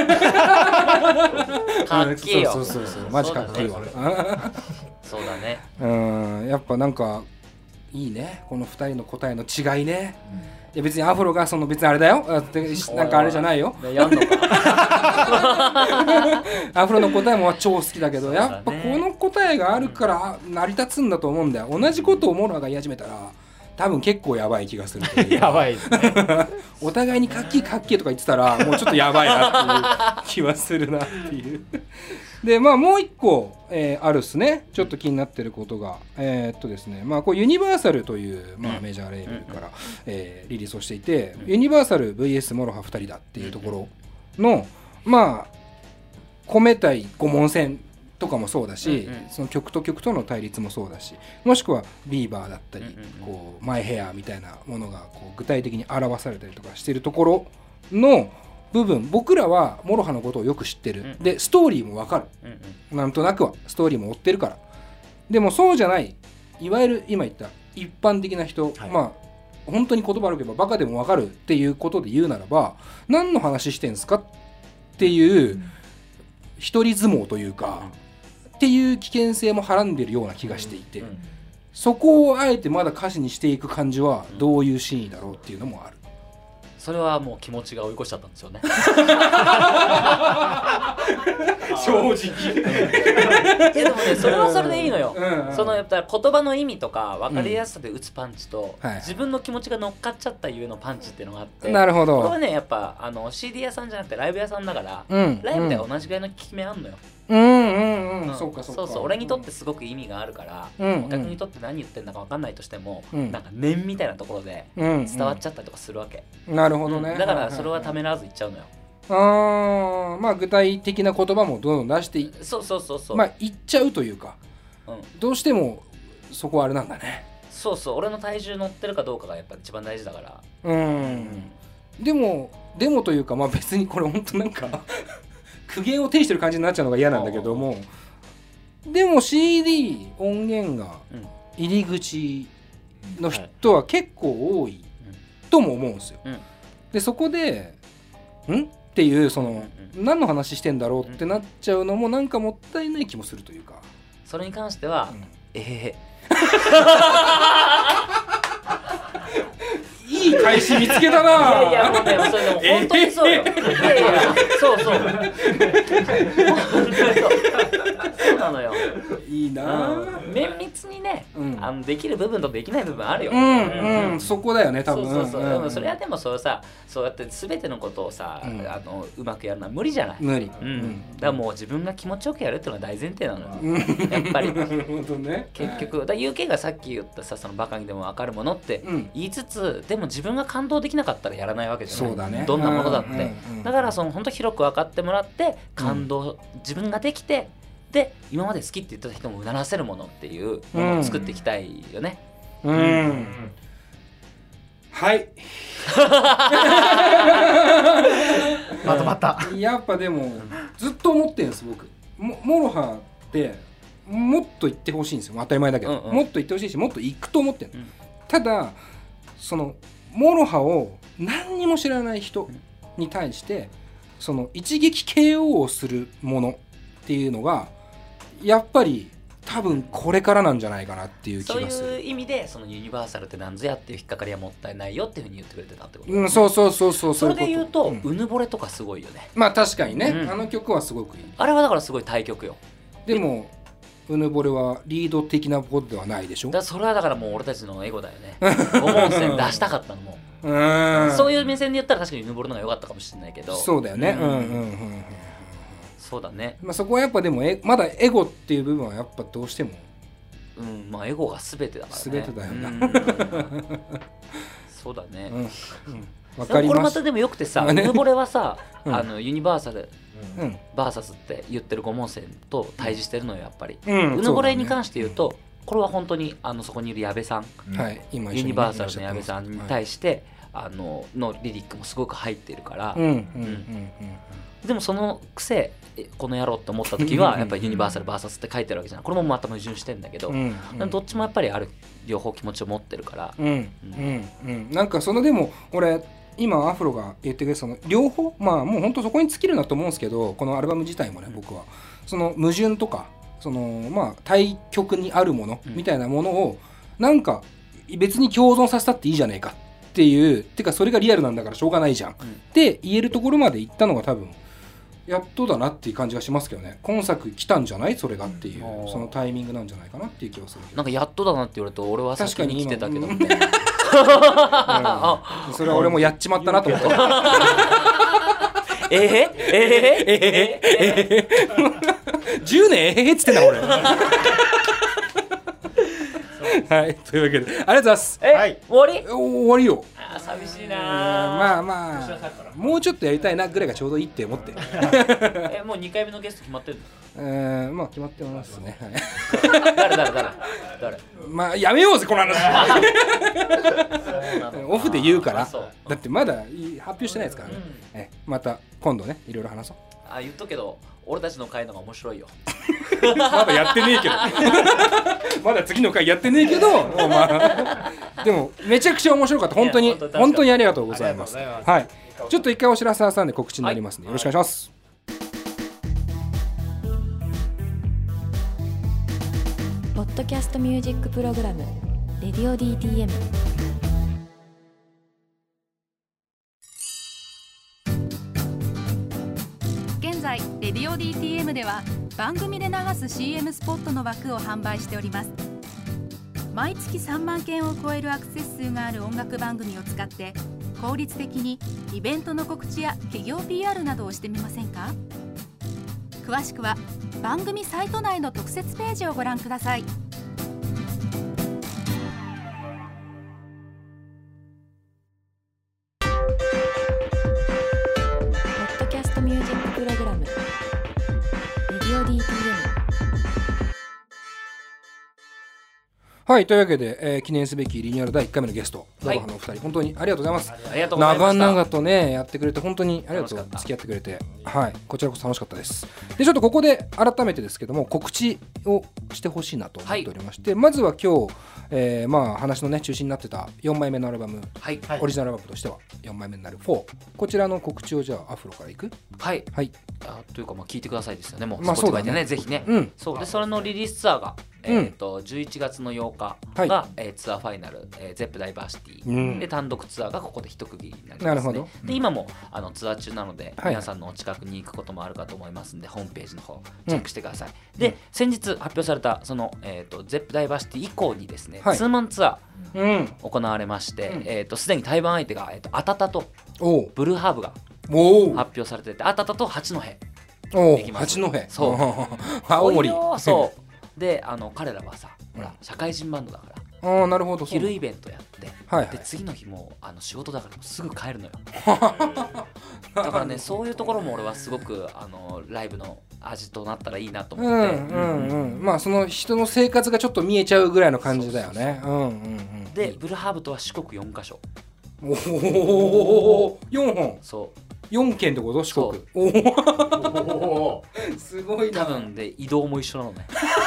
かっけえよそうそうそうそうマジかっけえわそうだねうんやっぱなんかいいねこのふたりの答えの違いね、うん、いや別にアフロがその別にあれだよなんかあれじゃないよやんのかアフロの答えも超好きだけど、ね、やっぱこの答えがあるから成り立つんだと思うんだよ同じことをモロハが言い始めたら多分結構やばい気がするやばいですねお互いにカッキーカッキーとか言ってたらもうちょっとやばいなっていう気はするなっていうでまあもう一個、えー、あるっすねちょっと気になってることがえー、っとですねまあこうユニバーサルという、まあ、メジャーレーベルから、えー、リリースをしていてユニバーサル ブイエス モロハふたりだっていうところのまあ米対五文戦とかもそうだし、うんうん、その曲と曲との対立もそうだしもしくはビーバーだったり、うんうん、こうマイヘアみたいなものがこう具体的に表されたりとかしているところの部分僕らはモロハのことをよく知ってる、うんうん、でストーリーも分かる、うんうん、なんとなくはストーリーも追ってるからでもそうじゃないいわゆる今言った一般的な人、はい、まあ本当に言葉悪ければバカでも分かるっていうことで言うならば何の話してんすかっていう、うん、一人相撲というか、うんっていう危険性もはらんでるような気がしていて、うんうん、そこをあえてまだ歌詞にしていく感じはどういうシーンだろうっていうのもある、うん、 それはもう気持ちが追い越しちゃったんですよね正直いやでもねそれはそれでいいのよ、うんうん、そのやっぱ言葉の意味とか分かりやすさで打つパンチと、うんはい、自分の気持ちが乗っかっちゃったゆえのパンチっていうのがあってなるほどこれはねやっぱあの シーディー 屋さんじゃなくてライブ屋さんだから、うん、ライブでは同じぐらいの効き目あんのようんうんうん、うん、そうかそうかそうそう俺にとってすごく意味があるから、うんうん、お客にとって何言ってんだか分かんないとしても、うん、なんか念みたいなところで伝わっちゃったりとかするわけ、 うんうん、なるほどね、 うん、だからそれはためらわず言っちゃうのよ、 あまあ具体的な言葉もどんどん出していそうそうそうそうまあ言っちゃうというか、うん、どうしてもそこはあれなんだねそうそう俺の体重乗ってるかどうかがやっぱ一番大事だからうん、うん、でもでもというかまあ別にこれ本当なんか苦言を呈してる感じになっちゃうのが嫌なんだけどもでも シーディー 音源が入り口の人は結構多いとも思うんですよ、うん、でそこでんっていうその何の話してんだろうってなっちゃうのもなんかもったいない気もするというかそれに関しては、うん、ええいい返し見つけたな。 いやいやもうねそれでも本当にそうよ。いやいやそうそう。本当にそう。そうなのよ。 いいな。 綿密にね、うん、あのできる部分とできない部分あるよ。 うんうん、うん、そこだよね多分。 そうそうそう。 うん、 でもそれはでもそうさ、そうやって全てのことをさ、うん、あのうまくやるのは無理じゃない。 無理。 うん。うん、だからもう自分が気持ちよくやるっていうのは大前提なのよ。うん、やっぱり。 なるほどね。 結局だ ユーケー がさっき言ったさそのバカにでも分かるものって言いつつ、でも自分が感動できなかったらやらないわけじゃない。 そうだね。 どんなものだって。うんうんうん、だからその本当広く分かってもらって感動、うん、自分ができてで今まで好きって言ってた人もうならせるものっていうものを作っていきたいよね。うん。うんうん、 はいまとまった。 やっぱでもずっと思ってるんです僕。もモロハってもっと言ってほしいんですよ。当たり前だけど、うんうん、もっと言ってほしいしもっと行くと思ってる、うん、ただそのモロハを何にも知らない人に対してその一撃 ケーオー をするものっていうのがやっぱり多分これからなんじゃないかなっていう気がする。 そういう意味でそのユニバーサルってなんぞやっていう引っかかりはもったいないよっていうふうに言ってくれてたってこと、ね、 うん、そうそうそうそうそれで言うと、 うん、 うぬぼれとかすごいよね。 まあ確かにね、 うん、 あの曲はすごくいい。 あれはだからすごい対曲よ。 でもうぬぼれはリード的なことではないでしょ。 だそれはだからもう俺たちのエゴだよね。ご問線出したかったのもうんそういう目線で言ったら確かにうぬぼれの方が良かったかもしれないけど。 そうだよね、うんうんうんうん、 そうだね、 まあ、そこはやっぱでもえまだエゴっていう部分はやっぱどうしても、 うん、まあエゴが全てだからね。 全てだよな、うん、 そうだね、 うんうん、分かります。 これまたでもよくてさ、うぬぼれはさ、 うん、 あのユニバーサル、 うん、 バーサスって言ってるご問線と対峙してるのよやっぱり、 うん、 うぬぼれに関して言うと、これは本当にあのそこにいる矢部さん、 はい、今ユニバーサルの矢部さんに対して、はい、あののリリックもすごく入っているから、 うんうんうんうん、 でもそのくせこの野郎って思った時はやっぱりユニバーサル ブイエス って書いてるわけじゃない。これもまた矛盾してんだけど、うんうん、どっちもやっぱりある両方気持ちを持ってるから、 うんうんうん、なんかそのでも俺今アフロが言ってくれたその両方、まあもう本当そこに尽きるなと思うんですけど、このアルバム自体もね、僕はその矛盾とかそのまあ対極にあるものみたいなものをなんか別に共存させたっていいじゃねえかっていう、てかそれがリアルなんだからしょうがないじゃん、うん、って言えるところまで行ったのが多分やっとだなっていう感じがしますけどね。今作来たんじゃないそれがっていう、うん、そのタイミングなんじゃないかなっていう気がする。 なんかやっとだなって言われると俺は先に来てたけど、うん、 それは俺もやっちまったなと思ってえへえへえへじゅうねんえへへっつってんだ俺はい、というわけでありがとうございます。 え、はい、終わり？ 終わりよ。 あ、寂しいな。 まあまあもうちょっとやりたいなぐらいがちょうどいいって思ってえ、もうにかいめのゲスト決まってるの？ えー、まあ決まってますね、はい、 誰誰誰誰まあやめようぜこの話オフで言うから。だってまだ発表してないですからね、うん、えまた今度ねいろいろ話そう。 あ、言っとけど俺たちの回のが面白いよまだやってねえけどまだ次の回やってねえけどもう、まあ、でもめちゃくちゃ面白かった。本当に本当にありがとうございます。はい、ちょっと一回お知らせ挟んで告知になりますので、はい、よろしくお願いします。 ポッドキャストミュージックプログラムレディオ ディーティーエム。 現在レディオ ディーティーエム では番組で流す シーエム スポットの枠を販売しております。毎月さんまんけんを超えるアクセス数がある音楽番組を使って効率的にイベントの告知や企業 ピーアール などをしてみませんか？詳しくは番組サイト内の特設ページをご覧ください。 ポッドキャストミュージックプログラムレディオ ディーティーエム。 はい、というわけで、えー、記念すべきリニューアルだいいっかいめのゲスト、ダバハのお二人、本当にありがとうございます。 ありがとうございました。 長々とねやってくれて本当にありがとう。付き合ってくれて、はい、こちらこそ楽しかったです。でちょっとここで改めてですけども告知をしてほしいなと思っておりまして、はい、まずは今日、えー、まあ話のね中心になってたよんまいめのアルバム、はい、オリジナルアルバムとしてはよんまいめになるフォー、こちらの告知をじゃあアフロからいく。 はい、 はい、 あというかまあ聞いてくださいですよね。もうまあそうだね、 ね、ぜひね、うん、そうでそれのリリースツアーがえー、とじゅういちがつのようかが、はい、えー、ツアーファイナル、えー、ゼップダイバーシティ、うん、で単独ツアーがここで一区切りになりますね。 なるほど。 で今もあのツアー中なので、はい、皆さんのお近くに行くこともあるかと思いますのでホームページの方チェックしてください、うん、で先日発表されたその、えー、とゼップダイバーシティ以降にですね、はい、ツーマンツアー行われまして、うん、えー、とすでに対バン相手が、えー、とアタタとブルーハーブが発表されてて、アタタと八戸お八戸そう青森そうであの彼らはさ、ほら社会人バンドだから、 ああなるほど、 昼イベントやって、はいはい、で次の日もあの仕事だからすぐ帰るのよだからねそういうところも俺はすごくあのライブの味となったらいいなと思って、うんうんうん、まあその人の生活がちょっと見えちゃうぐらいの感じだよね。 でブルーハーブとは四国よんかしょ。 おおよんほん。 そうよんけんってこと？四国。おおすごいな。 多分で移動も一緒なのね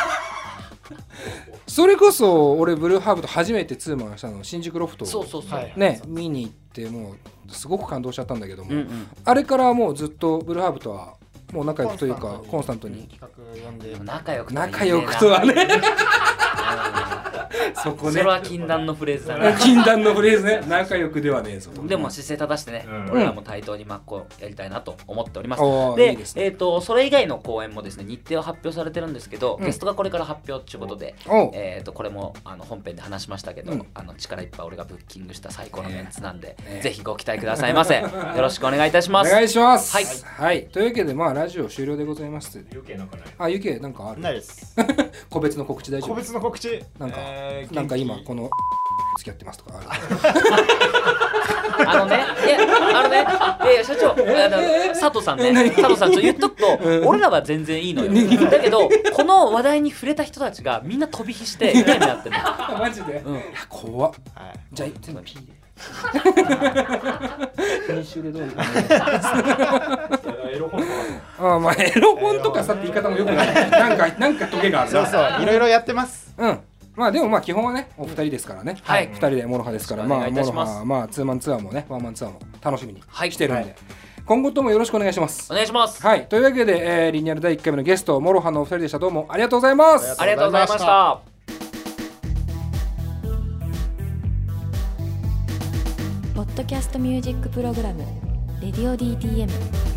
それこそ俺ブルーハーブと初めてツーマンしたの新宿ロフトそうそうそうね見に行ってもうすごく感動しちゃったんだけども、うんうん、あれからもうずっとブルーハーブとはもう仲良くというかコンスタントに企画呼んで仲良くとは仲良くとはねそこねそれは禁断のフレーズだな禁断のフレーズね仲良くではねえぞでも姿勢正してね、うん、俺らも対等に真っ向やりたいなと思っております、 うん、 で、 いいですね、 えーと、それ以外の公演もですね日程は発表されてるんですけど、うん、ゲストがこれから発表ということで、えーとこれもあの本編で話しましたけど、うん、あの力いっぱい俺がブッキングした最高のメンツなんで、えー、ぜひご期待くださいませよろしくお願いいたします。 お願いします。 はい、 はい、というわけでまあラジオ終了でございます。 ユケなんかない。 あ、ユケなんかある？ ないです個別の告知大丈夫？ 個別の告知なんか、 えー、 なんか今この付き合ってますとかあるあのね、いや、あのね、いや社長、あの佐藤さんね、佐藤さんちょっと言っとくと、俺らは全然いいのよ。だけど、この話題に触れた人たちがみんな飛び火して嫌になってるの。 マジで？うん。いや怖っ。 はい、 じゃあ全部 P で。編集でどうにかね。 エロ本とか。 ああ、まあエロ本とかさって言い方もよくない。なんかなんかトゲがあるな。 そうそう、いろいろやってます。 うん。まあでもまあ基本はねお二人ですからね、 はい、 二人でモロハですから、まあモロハまあツーマンツアーもねワンマンツアーも楽しみにしてるんで、はい、今後ともよろしくお願いします。 お願いします。 はい、というわけで、えー、リニューアルだいいっかいめのゲストモロハのお二人でした。どうもありがとうございます。 ありがとうございました。 ポッドキャストミュージックプログラムレディオ ディーティーエム。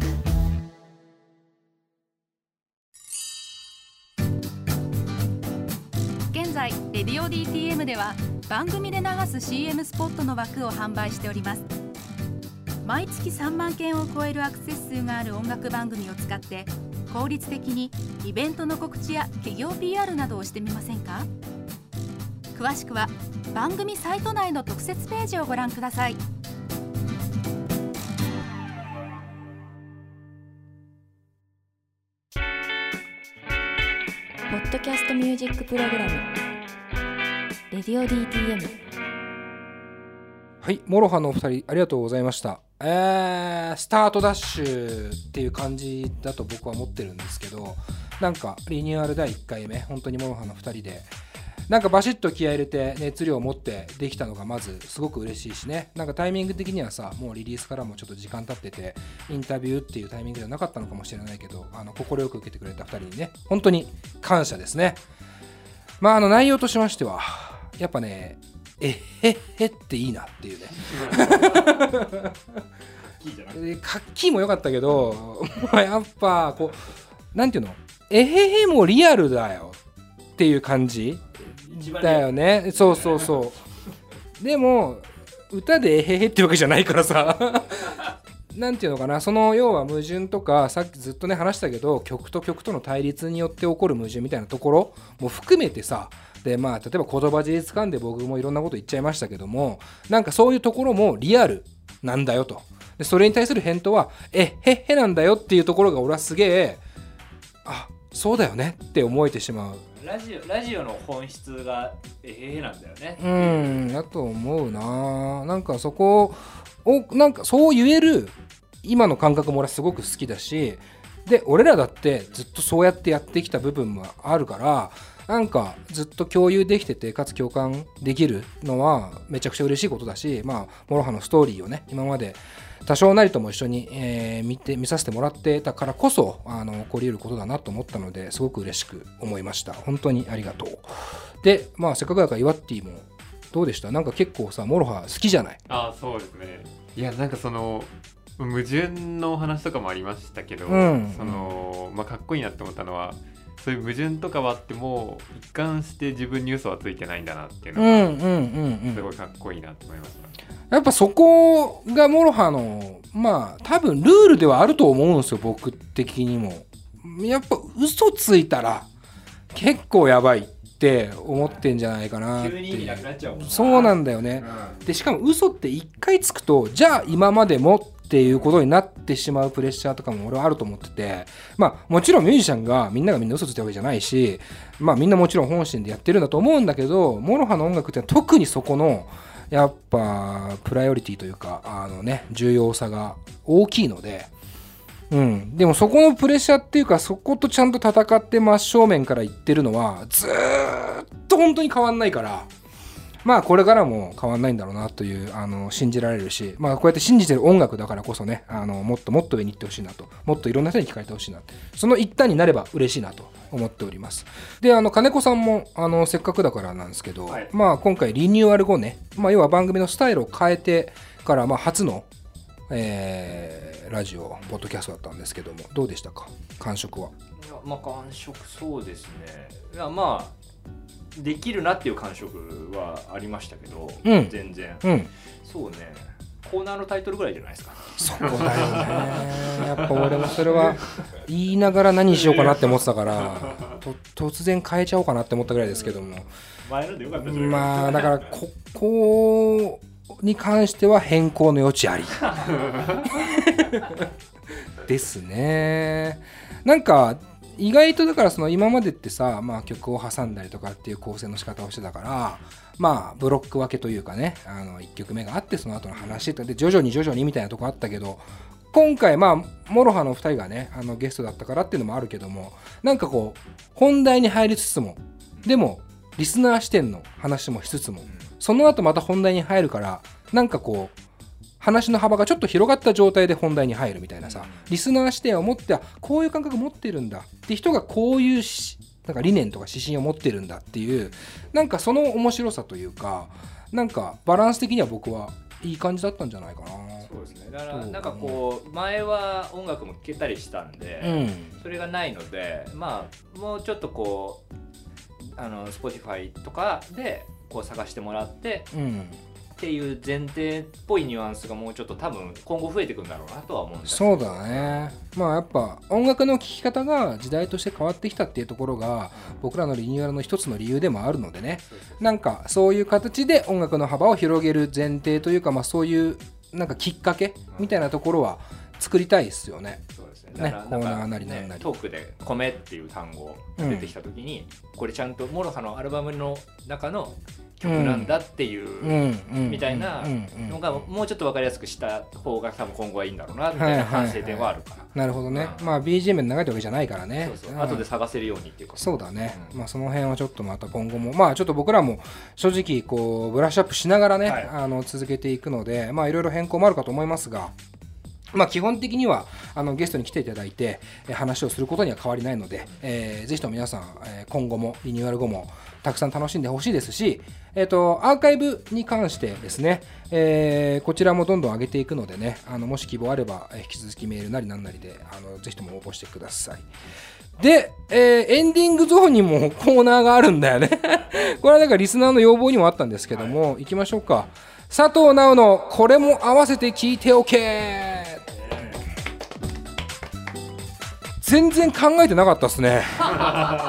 現在レディオ ディーティーエム では番組で流す シーエム スポットの枠を販売しております。毎月さんまんけんを超えるアクセス数がある音楽番組を使って効率的にイベントの告知や企業 ピーアール などをしてみませんか？詳しくは番組サイト内の特設ページをご覧ください。 ポッドキャストミュージックプログラムレディオ ディーティーエム。 はい、モロハのお二人ありがとうございました。えー、スタートダッシュっていう感じだと僕は思ってるんですけど、なんかリニューアルだいいっかいめ本当にモロハのふたりでなんかバシッと気合い入れて熱量を持ってできたのがまずすごく嬉しいしね。なんかタイミング的にはさもうリリースからもちょっと時間経っててインタビューっていうタイミングではなかったのかもしれないけど、あの快く受けてくれたふたりにね本当に感謝ですね。まああの内容としましてはやっぱねえっへっへっていいなっていうね活気も良かったけどやっぱこうなんていうのえへへもリアルだよっていう感じだよね。そうそうそうでも歌でえへへってわけじゃないからさなんていうのかな、その要は矛盾とかさっきずっとね話したけど曲と曲との対立によって起こる矛盾みたいなところも含めてさ、でまあ例えば言葉事実感で僕もいろんなこと言っちゃいましたけども、なんかそういうところもリアルなんだよと。でそれに対する返答はえへっへなんだよっていうところが俺はすげえあそうだよねって思えてしまう。 ラジオ、ラジオの本質がえへへなんだよね。 うんだと思うな。なんかそこをなんかそう言える今の感覚も俺はすごく好きだし、で俺らだってずっとそうやってやってきた部分もあるから、なんかずっと共有できててかつ共感できるのはめちゃくちゃ嬉しいことだし、まあモロハのストーリーをね今まで多少なりとも一緒に、えー、見て見させてもらってたからこそあの起こり得ることだなと思ったのですごく嬉しく思いました。本当にありがとう。でまあせっかくだからイワッティもどうでした？なんか結構さモロハ好きじゃない？ あそうですね。いやなんかその矛盾の話とかもありましたけど、 うん、 そのまあかっこいいなって思ったのはそういう矛盾とかはあっても一貫して自分に嘘はついてないんだなっていうのがすごいかっこいいなと思いました。 やっぱそこがモロハのまあ多分ルールではあると思うんですよ僕的にも。やっぱ嘘ついたら結構やばいって思ってんじゃないかなって。 急に意味なくなっちゃうもんな。 そうなんだよね、うん、でしかも嘘って一回つくとじゃあ今までもっていうことになってしまうプレッシャーとかも俺はあると思ってて、まあもちろんミュージシャンがみんながみんな嘘ついたわけじゃないし、まあみんなもちろん本心でやってるんだと思うんだけど、モロハの音楽って特にそこのやっぱプライオリティというかあのね重要さが大きいので、うん、でもそこのプレッシャーっていうかそことちゃんと戦って真正面から言ってるのはずーっと本当に変わんないから、 まあこれからも変わんないんだろうなというあの信じられるし、まあこうやって信じてる音楽だからこそね、あのもっともっと上に行ってほしいなと、もっといろんな人に聞かれてほしいな、その一端になれば嬉しいなと思っております。で、あの金子さんもあのせっかくだからなんですけど、はい、まあ今回リニューアル後ね、まあ要は番組のスタイルを変えてからまあ初の、えー、ラジオポッドキャストだったんですけども、どうでしたか、感触は。 いや、まあ感触そうですね。いや、まあできるなっていう感触はありましたけど、うん、全然、うん、そうね、コーナーのタイトルぐらいじゃないですか。 そこだよね。やっぱ俺もそれは言いながら何しようかなって思ってたからと突然変えちゃおうかなって思ったぐらいですけども、 前のでよかったですね。 まあだからここに関しては変更の余地ありですね。なんか意外とだからその今までってさ、まあ、曲を挟んだりとかっていう構成の仕方をしてたから、まあブロック分けというかね、あのいっきょくめがあってその後の話で徐々に徐々にみたいなとこあったけど、今回まあモロハのふたりがねあのゲストだったからっていうのもあるけども、なんかこう本題に入りつつもでもリスナー視点の話もしつつもその後また本題に入るから、なんかこう話の幅がちょっと広がった状態で本題に入るみたいなさ、リスナー視点を持ってこういう感覚持ってるんだって人がこういうなんか理念とか指針を持ってるんだっていう、なんかその面白さというか、なんかバランス的には僕はいい感じだったんじゃないかな。 そうですね。だからなんかこう前は音楽も聴けたりしたんで、うん、それがないので、まあもうちょっとこうあの Spotify とかでこう探してもらって。うん、っていう前提っぽいニュアンスがもうちょっと多分今後増えてくるんだろうなとは思うんですけど。 そうだね。まあやっぱ音楽の聴き方が時代として変わってきたっていうところが僕らのリニューアルの一つの理由でもあるのでね、なんかそういう形で音楽の幅を広げる前提というか、まあそういうなんかきっかけみたいなところは作りたいですよね。 そうですね。だからコーナーなりなんなり、 ね、トークで米っていう単語出てきた時に、うん、これちゃんとモロハのアルバムの中の曲なんだっていう、うん、みたいなのがもうちょっと分かりやすくした方が多分今後はいいんだろうなみたいな反省点はあるから、はいはいはい、 なるほどね、うん、まあ ビージーエム で流れたわけじゃないからね。 そうそう、うん、後で探せるようにっていうか。 そうだね、うん、まあその辺はちょっとまた今後もまあちょっと僕らも正直こうブラッシュアップしながらね、はい、あの続けていくので、まあいろいろ変更もあるかと思いますが、まあ、基本的にはあのゲストに来ていただいて、えー、話をすることには変わりないので、えー、ぜひとも皆さん、えー、今後もリニューアル後もたくさん楽しんでほしいですし、えーと、アーカイブに関してですね、えー、こちらもどんどん上げていくのでね、あのもし希望あれば、えー、引き続きメールなりなんなりであのぜひとも応募してください。で、えー、エンディングゾーンにもコーナーがあるんだよねこれはだからリスナーの要望にもあったんですけども、はい、行きましょうか。佐藤直のこれも合わせて聞いておけ。全然考えてなかったっすねモロ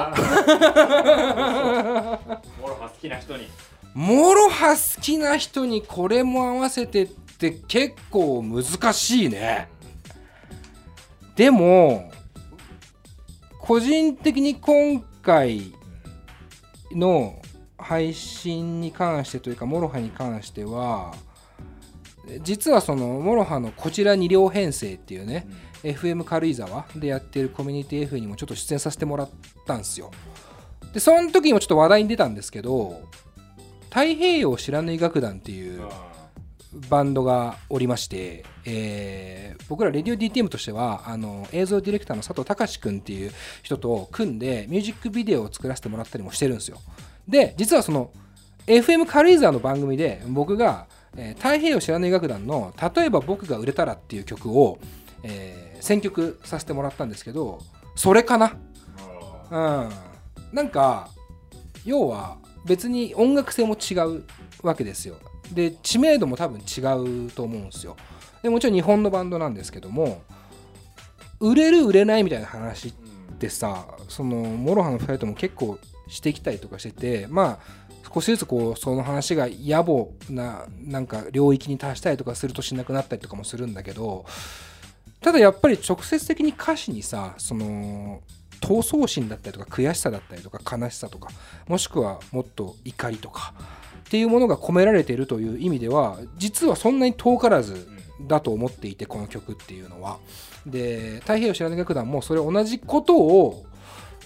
ハ好きな人にモロハ好きな人にこれも合わせてって結構難しいね。でも個人的に今回の配信に関してというかモロハに関しては、実はそのモロハのこちらに両編成っていうね、うん、エフエム 軽井沢でやってるコミュニティ F にもちょっと出演させてもらったんですよ。でその時にもちょっと話題に出たんですけど、太平洋知らぬい楽団っていうバンドがおりまして、えー、僕らレディオ ディーティーエム としてはあの映像ディレクターの佐藤隆君っていう人と組んでミュージックビデオを作らせてもらったりもしてるんですよ。で実はその エフエム 軽井沢の番組で僕がえー、太平洋知らない楽団の例えば僕が売れたらっていう曲を、えー、選曲させてもらったんですけど、それかな、うん、なんか要は別に音楽性も違うわけですよ。で知名度も多分違うと思うんですよ。でもちろん日本のバンドなんですけども、売れる売れないみたいな話ってさ、そのモロハのふたりとも結構してきたりとかしてて、まあ少しずつこうその話が野暮ななんか領域に達したりとかするとしなくなったりとかもするんだけど、ただやっぱり直接的に歌詞にさ、その闘争心だったりとか悔しさだったりとか悲しさとか、もしくはもっと怒りとかっていうものが込められているという意味では、実はそんなに遠からずだと思っていて、この曲っていうのは。で太平洋知らない楽団もそれ同じことを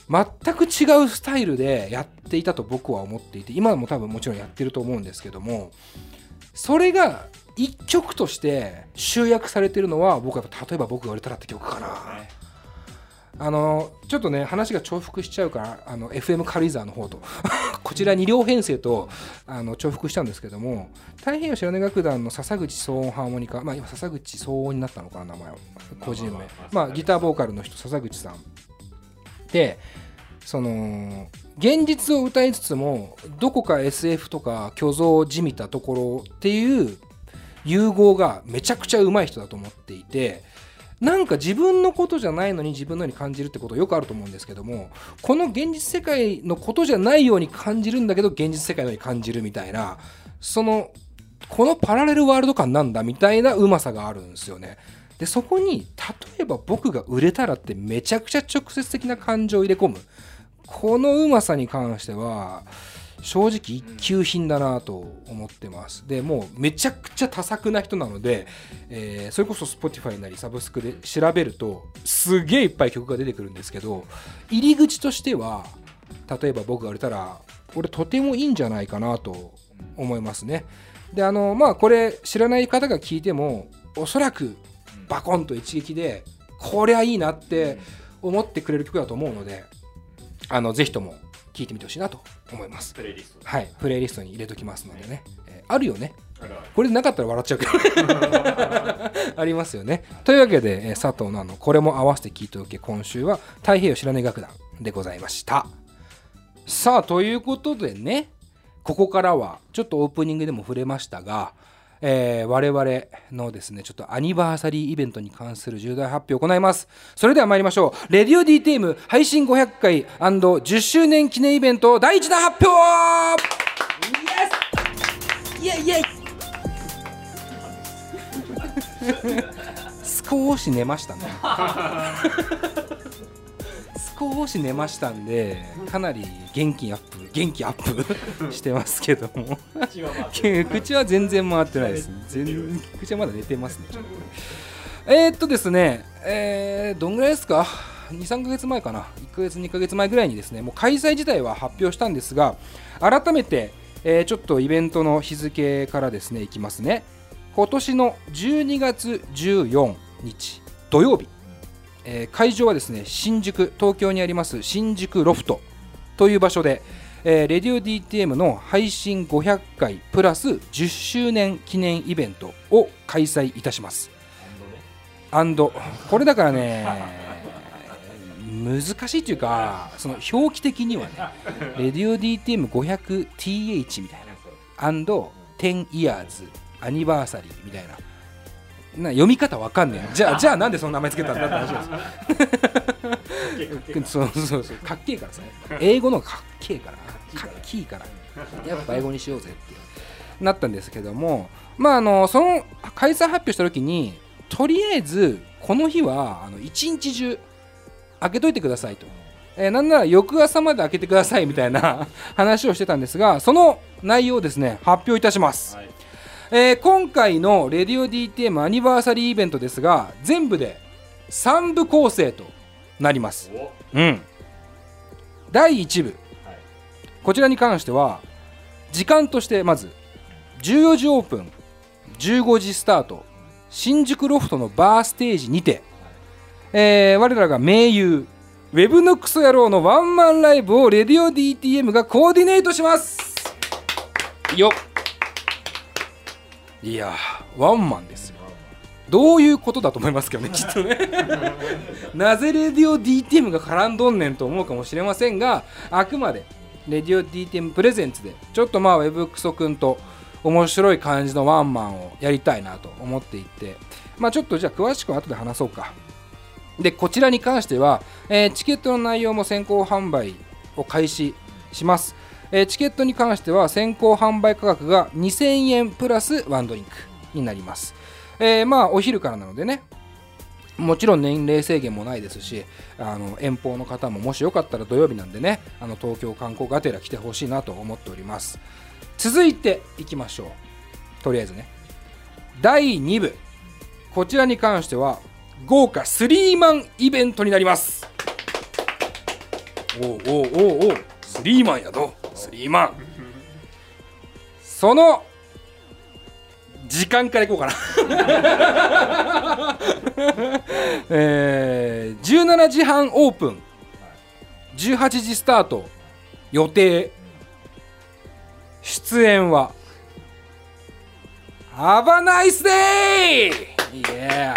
全く違うスタイルでやっていたと僕は思っていて、今も多分もちろんやってると思うんですけども、それが一曲として集約されてるのは、僕は例えば僕が売れたらって曲かな。あのちょっとね話が重複しちゃうから、あの エフエム 軽井沢の方とこちらに両編成とあの重複しちゃうんですけども、太平洋白根楽団の笹口騒音ハーモニカ、まあ今笹口騒音になったのかな名前は個人名、まあギターボーカルの人笹口さんで、その現実を歌いつつもどこか エスエフ とか虚像じみたところっていう融合がめちゃくちゃ上手い人だと思っていて、なんか自分のことじゃないのに自分のように感じるってことよくあると思うんですけども、この現実世界のことじゃないように感じるんだけど現実世界のように感じるみたいな、そのこのパラレルワールド感なんだみたいなうまさがあるんですよね。でそこに例えば僕が売れたらってめちゃくちゃ直接的な感情を入れ込む、このうまさに関しては正直一級品だなと思ってます。でもうめちゃくちゃ多作な人なので、えー、それこそ Spotify なりサブスクで調べるとすげえいっぱい曲が出てくるんですけど、入り口としては例えば僕が売れたらこれとてもいいんじゃないかなと思いますね。であのまあこれ知らない方が聞いてもおそらくバコンと一撃でこりゃいいなって思ってくれる曲だと思うので、あのぜひとも聴いてみてほしいなと思います。 プレイリスト、 はい、プレイリストに入れときますのでね、えー、あるよね、これなかったら笑っちゃうけどありますよね。というわけで、えー、佐藤奈のこれも合わせて聴いておけ、今週は太平洋白根楽団でございました。さあということでね、ここからはちょっとオープニングでも触れましたが、えー、我々のですねちょっとアニバーサリーイベントに関する重大発表を行います。それでは参りましょう。レディオ ディーティーエム 配信ごひゃっかい &じゅっ 周年記念イベント第一弾発表。イエスイエイイエイ少し寝ましたね少し寝ましたんでかなり元気アップ元気アップしてますけども口は全然回ってないです。全然口はまだ寝てますね。えー、っとですね、えー、どんぐらいですか、にさんかげつまえかな、いっかげつにかげつまえぐらいにですねもう開催自体は発表したんですが、改めて、えー、ちょっとイベントの日付からですねいきますね。今年のじゅうにがつじゅうよっか土曜日、えー、会場はですね新宿、東京にあります新宿ロフトという場所で、えー、レディオ ディーティーエム の配信ごひゃっかいプラスじゅっしゅうねん記念イベントを開催いたします。アンドこれだからね難しいというか、その表記的にはねレディオ ディーティーエムごひゃくティーエイチ みたいなアンドじゅう years アニバーサリーみたいなな読み方わかんねえ。じゃあじゃあなんでその名前つけたんだって話です。そうそうそう、かっけえからさ、英語のかっけえからかっけえからやっぱ英語にしようぜってなったんですけども、まああのその開催発表した時にとりあえずこの日はあの一日中開けといてくださいと、えー、なんなら翌朝まで開けてくださいみたいな話をしてたんですが、その内容をですね発表いたします。はい、えー、今回のレディオ ディーティーエム アニバーサリーイベントですが全部でさんぶ構成となります。うん、だいいち部、はい、こちらに関しては時間としてまずじゅうよじオープンじゅうごじスタート、新宿ロフトのバーステージにて、えー、我らが盟友ウェブのクソ野郎のワンマンライブをレディオ ディーティーエム がコーディネートします。よっ、いやワンマンですよ。どういうことだと思いますけどねきっとねなぜレディオ ディーティーエム が絡んどんねんと思うかもしれませんが、あくまでレディオ ディーティーエム プレゼンツでちょっとまあウェブクソくんと面白い感じのワンマンをやりたいなと思っていて、まあちょっとじゃあ詳しくは後で話そうか。でこちらに関しては、えー、チケットの内容も先行販売を開始します。えー、チケットに関しては先行販売価格がにせんえんプラスワンドリンクになります。えー、まあお昼からなのでね、もちろん年齢制限もないですし、あの遠方の方ももしよかったら土曜日なんでね、あの東京観光がてら来てほしいなと思っております。続いていきましょう。とりあえずねだいに部、こちらに関しては豪華スリーマンイベントになります。 おうおうおうおうスリーマンやどスリーマンその時間からいこうかな、えー、じゅうしちじはんオープンじゅうはちじスタート予定出演はHave a nice day! Yeah!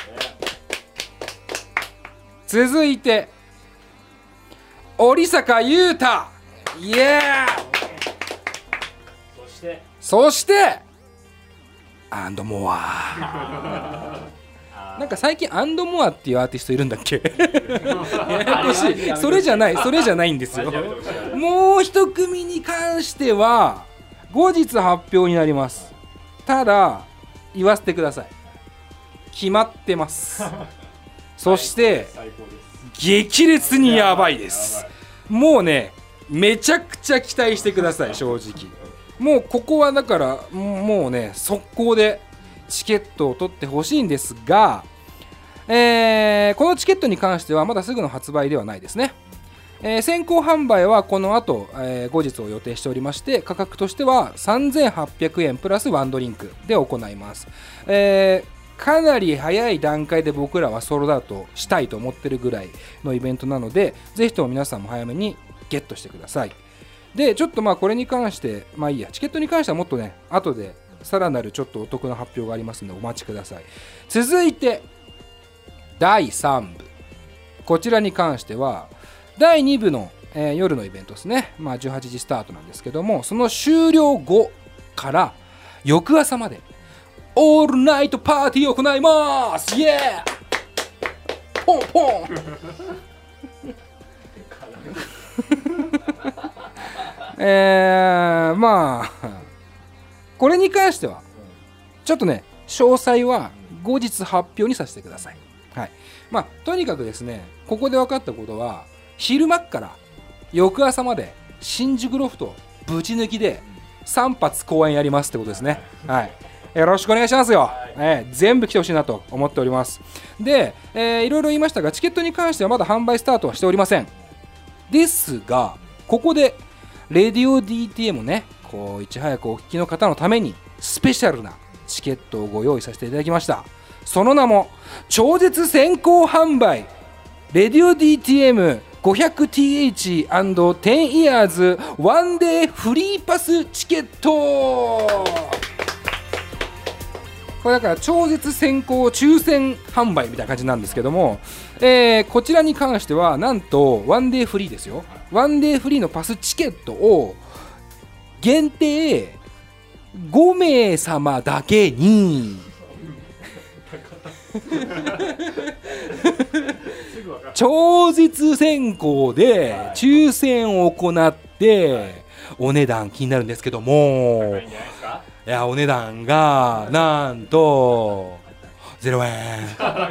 続いて織坂優太 Yeah! そしてそしてアンドモアなんか最近アンドモアっていうアーティストいるんだっけややこしいそれじゃないそれじゃないんですよもう一組に関しては後日発表になります。ただ言わせてください決まってますそして激烈にやばいです。もうねめちゃくちゃ期待してください。正直もうここはだからもうね速攻でチケットを取ってほしいんですが、えー、このチケットに関してはまだすぐの発売ではないですね。えー、先行販売はこの後、えー、後日を予定しておりまして、価格としてはさんぜんはっぴゃくえんプラスワンドリンクで行います。えー、かなり早い段階で僕らはソールドアウトしたいと思ってるぐらいのイベントなので、ぜひとも皆さんも早めにゲットしてください。でちょっとまあこれに関してまあいいや、チケットに関してはもっとね後でさらなるちょっとお得な発表がありますのでお待ちください。続いてだいさんぶ、こちらに関してはだいにぶの、えー、夜のイベントですね、まあ、じゅうはちじスタートなんですけども、その終了後から翌朝までオールナイトパーティーを行います。イエーポンポンえー、まあこれに関してはちょっとね詳細は後日発表にさせてください。はい、まあとにかくですね、ここで分かったことは昼間から翌朝まで新宿ロフトぶち抜きでさん発公演やりますってことですね。はい、よろしくお願いしますよ。えー、全部来てほしいなと思っております。で、えー、いろいろ言いましたがチケットに関してはまだ販売スタートはしておりません。ですがここでレディオ ディーティーエム ね、こういち早くお聞きの方のためにスペシャルなチケットをご用意させていただきました。その名も超絶先行販売レディオ ディーティーエムごひゃくティーエイチアンドテン years ワンデーフリーパスチケット。これだから超絶先行抽選販売みたいな感じなんですけども、えー、こちらに関してはなんとワンデーフリーですよ。ワンデーフリーのパスチケットを限定ごめい様だけに超絶先行で抽選を行ってお値段気になるんですけども、いやお値段がなんとゼロえん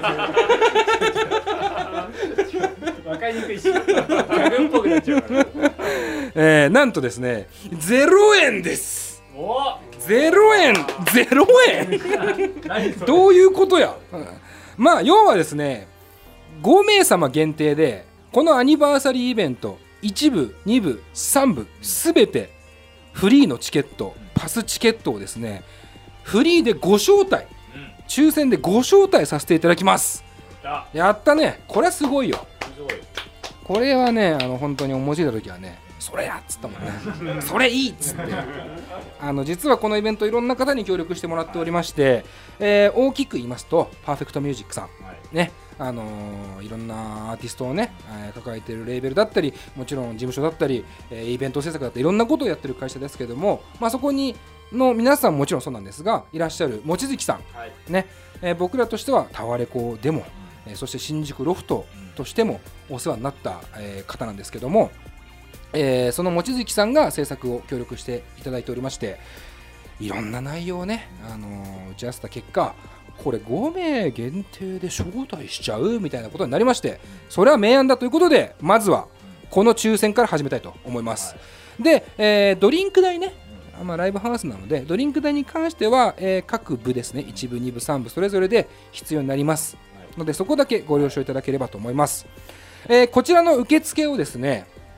わかりにくいしギャグっぽくなっちゃうから、 えー、なんとですねゼロえんです。 おゼロえんゼロえんどういうことや、うん、まあ要はですねごめい様限定でこのアニバーサリーイベントいちぶにぶさんぶすべてフリーのチケットパスチケットをですねフリーでご招待、うん、抽選でご招待させていただきます。やったね、これはすごいよ。これはねあの本当に思いついた時はねそれやっつったもんねそれいいっつってあの実はこのイベントいろんな方に協力してもらっておりまして、えー、大きく言いますとパーフェクトミュージックさん、ね、あのー、いろんなアーティストをね、えー、抱えているレーベルだったりもちろん事務所だったり、えー、イベント制作だったりいろんなことをやってる会社ですけども、まあ、そこにの皆さんももちろんそうなんですがいらっしゃる望月さん、はいねえー、僕らとしてはタワレコでも、えー、そして新宿ロフトとしてもお世話になった、えー、方なんですけども、えー、その望月さんが制作を協力していただいておりましていろんな内容をね、あのー、打ち合わせた結果これごめい限定で招待しちゃうみたいなことになりまして、それは明暗だということでまずはこの抽選から始めたいと思います。で、えー、ドリンク代ね、まあ、ライブハウスなのでドリンク代に関しては、えー、各部ですねいちぶにぶさんぶそれぞれで必要になりますのでそこだけご了承いただければと思います。えー、こちらの受付をですね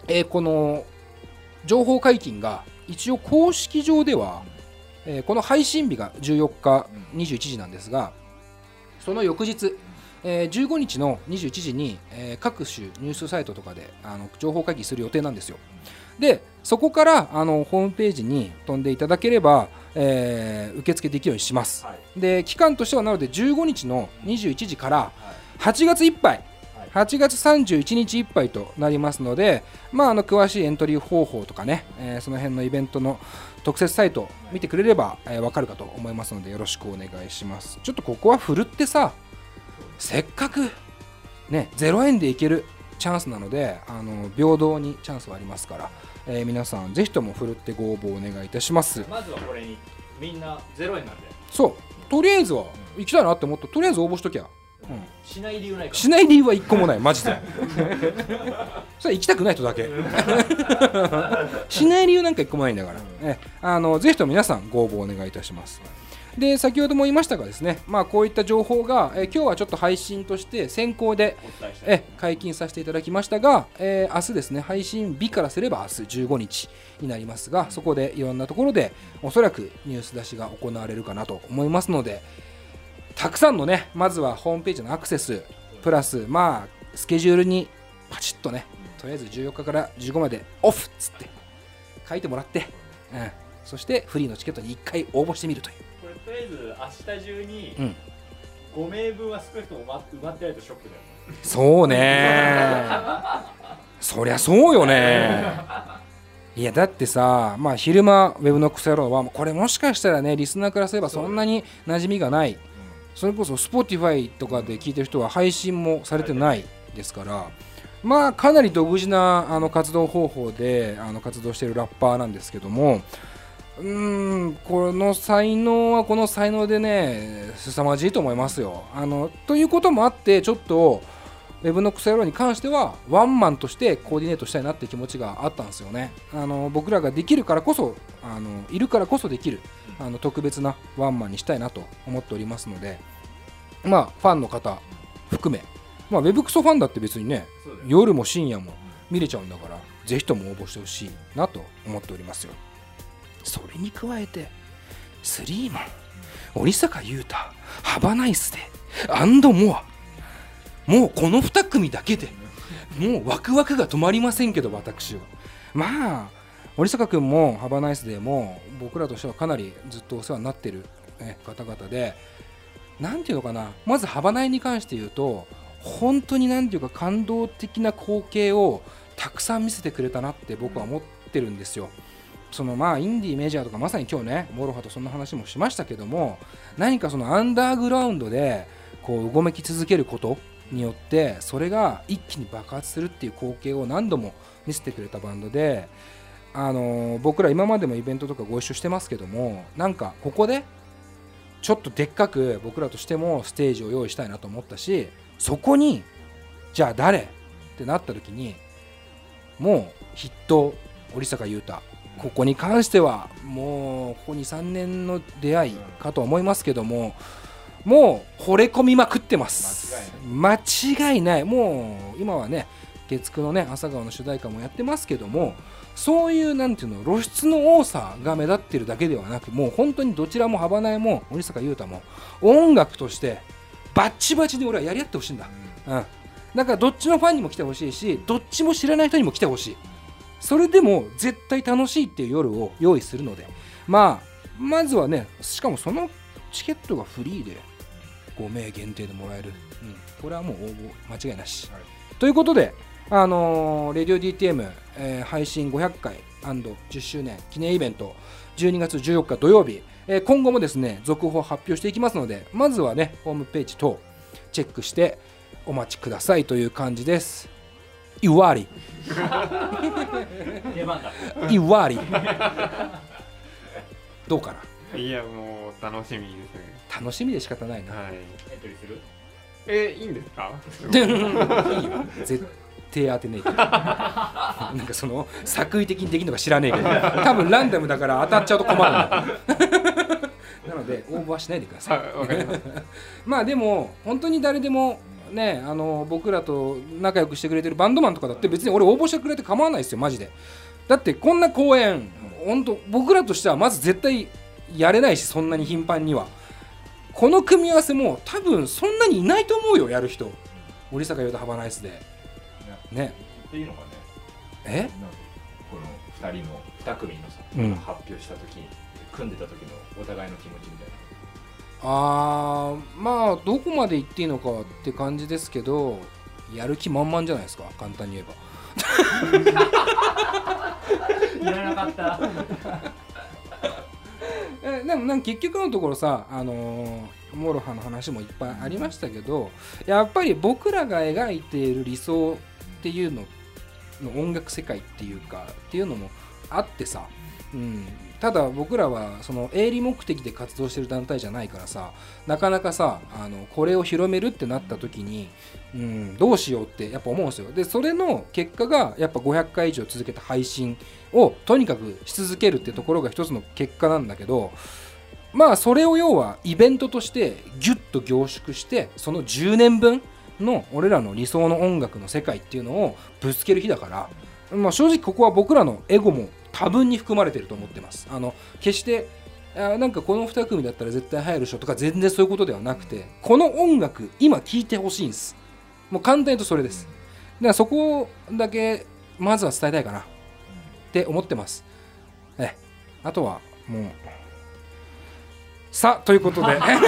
えー、この情報解禁が一応公式上では、えー、この配信日がじゅうよっかにじゅういちじなんですが、その翌日、えー、じゅうごにちのにじゅういちじに、えー、各種ニュースサイトとかであの情報解禁する予定なんですよ。でそこからあのホームページに飛んでいただければ、えー、受付できるようにします、はい、で期間としてはなのでじゅうごにちのにじゅういちじからはちがついっぱい、はちがつさんじゅういちにちいっぱいとなりますので、まあ、あの詳しいエントリー方法とかね、えー、その辺のイベントの特設サイトを見てくれれば、えー、分かるかと思いますのでよろしくお願いします。ちょっとここは振るってさ、せっかくねゼロえんでいけるチャンスなので、あの平等にチャンスはありますから、えー、皆さんぜひとも振るってご応募お願いいたします。 まずはこれにみんなゼロえんなんで、 そうとりあえずは行きたいなって思ったらとりあえず応募しときゃ、うん、 しない理由ないか、 しない理由はいっこもないマジでそれ行きたくない人だけしない理由なんかいっこもないんだから、えあのぜひとも皆さんご応募お願いいたします。で先ほども言いましたがですね、まあ、こういった情報が、えー、今日はちょっと配信として先行で、え解禁させていただきましたが、えー、明日ですね、配信日からすれば明日じゅうごにちになりますが、そこでいろんなところでおそらくニュース出しが行われるかなと思いますので、たくさんのねまずはホームページのアクセスプラス、まあスケジュールにパチッとね、とりあえずじゅうよっかからじゅうごまでオフっつって書いてもらって、うん、そしてフリーのチケットにいっかい応募してみるという。 とりあえず明日中にごめいぶんは少なくとも埋まってないとショックだよ。 そうねそりゃそうよねいやだってさ、まあ、昼間ウェブのクソ野郎はこれもしかしたらねリスナーからすればそんなに馴染みがない、それこそ Spotify とかで聞いてる人は配信もされてないですから、まあかなり独自なあの活動方法であの活動しているラッパーなんですけども、うーんこの才能はこの才能でね凄まじいと思いますよ。あのということもあってちょっとウェブのクソ野郎に関してはワンマンとしてコーディネートしたいなって気持ちがあったんですよね。あの僕らができるからこそあのいるからこそできるあの特別なワンマンにしたいなと思っておりますので、まあファンの方含め、まあ、ウェブクソファンだって別にね夜も深夜も見れちゃうんだからぜひとも応募してほしいなと思っておりますよ。それに加えてスリーマン、折坂優太、ハバナイスデー、アンドモア、もうこのに組だけでもうワクワクが止まりませんけど、私はまあ折坂君もハバナイスデーも僕らとしてはかなりずっとお世話になってる、ね、方々で、なんていうのかな、まずハバナイに関して言うと本当になんていうか感動的な光景をたくさん見せてくれたなって僕は思ってるんですよ。そのまあインディーメジャーとかまさに今日ねモロハとそんな話もしましたけども、何かそのアンダーグラウンドでこううごめき続けることによってそれが一気に爆発するっていう光景を何度も見せてくれたバンドで、あのー、僕ら今までもイベントとかご一緒してますけども、なんかここでちょっとでっかく僕らとしてもステージを用意したいなと思ったし、そこにじゃあ誰ってなった時にもう筆頭折坂優太、ここに関してはもうここにさんねんの出会いかと思いますけども、もう惚れ込みまくってます。間違いない。もう今はね月くのね朝顔の主題歌もやってますけども、そういうなんていうの露出の多さが目立ってるだけではなく、もう本当にどちらもハバナイも折坂優太も音楽としてバッチバチで俺はやり合ってほしいんだ、うん、だからどっちのファンにも来てほしいし、どっちも知らない人にも来てほしい。それでも絶対楽しいっていう夜を用意するので、まあまずはね、しかもそのチケットがフリーでごめい限定でもらえる、うん、これはもう応募間違いなし、はい、ということで、あのー、レディオ ディーティーエム、えー、配信ごひゃっかい&じゅっしゅうねん記念イベントじゅうにがつじゅうよっか土曜日、えー、今後もですね続報発表していきますので、まずはねホームページ等チェックしてお待ちくださいという感じです。いわりいわりどうかな。 いやもう楽しみですね。 楽しみで仕方ないな、 はい、 エントリーする？ えー、いいんですか？ いいよ絶対当てねえけどなんかその作為的にできるのか知らねえけど多分ランダムだから当たっちゃうと困るんだなので応募はしないでください。 わかりますまあでも本当に誰でもねあの僕らと仲良くしてくれてるバンドマンとかだって別に俺応募してくれて構わないですよマジで。だってこんな公演本当僕らとしてはまず絶対やれないし、そんなに頻繁にはこの組み合わせも多分そんなにいないと思うよ、やる人。森坂優太ハバナイスでねっていうのがね、 えこのふたりのに組のさ、 うん、 発表した時に組んでた時のお互いの気持ちみたいな。 あーまあどこまで言っていいのかって感じですけど、やる気満々じゃないですか、簡単に言えば。 いらなかったえでもなんか結局のところさ、あのー、モロハの話もいっぱいありましたけど、やっぱり僕らが描いている理想っていうのの音楽世界っていうかっていうのもあってさ、うん、ただ僕らはその営利目的で活動してる団体じゃないからさ、なかなかさあのこれを広めるってなった時に、うん、どうしようってやっぱ思うんですよ。でそれの結果がやっぱごひゃっかい以上続けた配信をとにかくし続けるってところが一つの結果なんだけど、まあそれを要はイベントとしてギュッと凝縮して、そのじゅうねんぶんの俺らの理想の音楽の世界っていうのをぶつける日だから、まあ、正直ここは僕らのエゴも多分に含まれてると思ってます。あの決してあなんかこのに組だったら絶対入るでしょとか全然そういうことではなくて、この音楽今聴いてほしいんです。もう簡単に言うとそれです。だからそこだけまずは伝えたいかなって思ってます。えあとはもうさあということで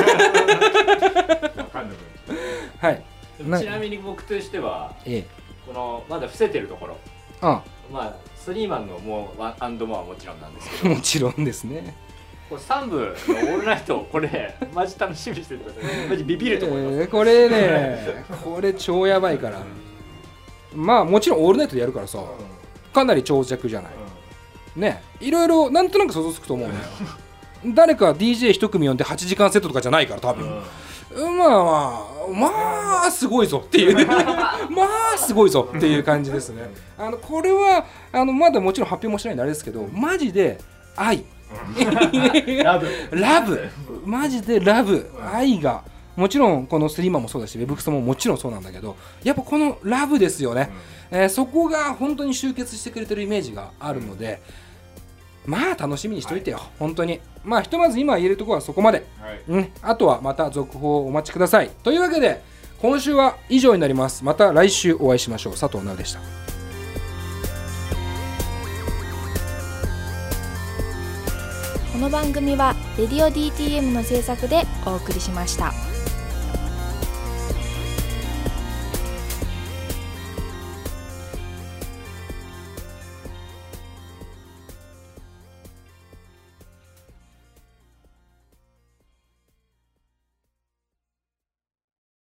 はいちなみに僕としては、ええ、このまだ伏せてるところ、 ああまあスリーマンのもうアンドモアはもちろんなんですけどもちろんですね。 これさん部のオールナイトこれマジ楽しみにしててください。マジビビると思います、 えー、これねこれ超やばいから、まあもちろんオールナイトでやるからさ、かなり長尺じゃない、ね、いろいろなんとなく想像つくと思うのよ誰か ディージェーいち 組呼んではちじかんセットとかじゃないから多分、うん、まあまあまあすごいぞっていうまあすごいぞっていう感じですね。あのこれはあのまだもちろん発表もしないんであれですけど、マジで愛ラブラブマジでラブ愛がもちろんこのスリーマンもそうだしウェブクソももちろんそうなんだけど、やっぱこのラブですよね、うんえー、そこが本当に集結してくれてるイメージがあるので、まあ楽しみにしといてよ、はい、本当にまあひとまず今言えるところはそこまで、はいうん、あとはまた続報をお待ちください。というわけで今週は以上になります。また来週お会いしましょう。佐藤直でした。 この番組はレディオ ディーティーエム の制作でお送りしました。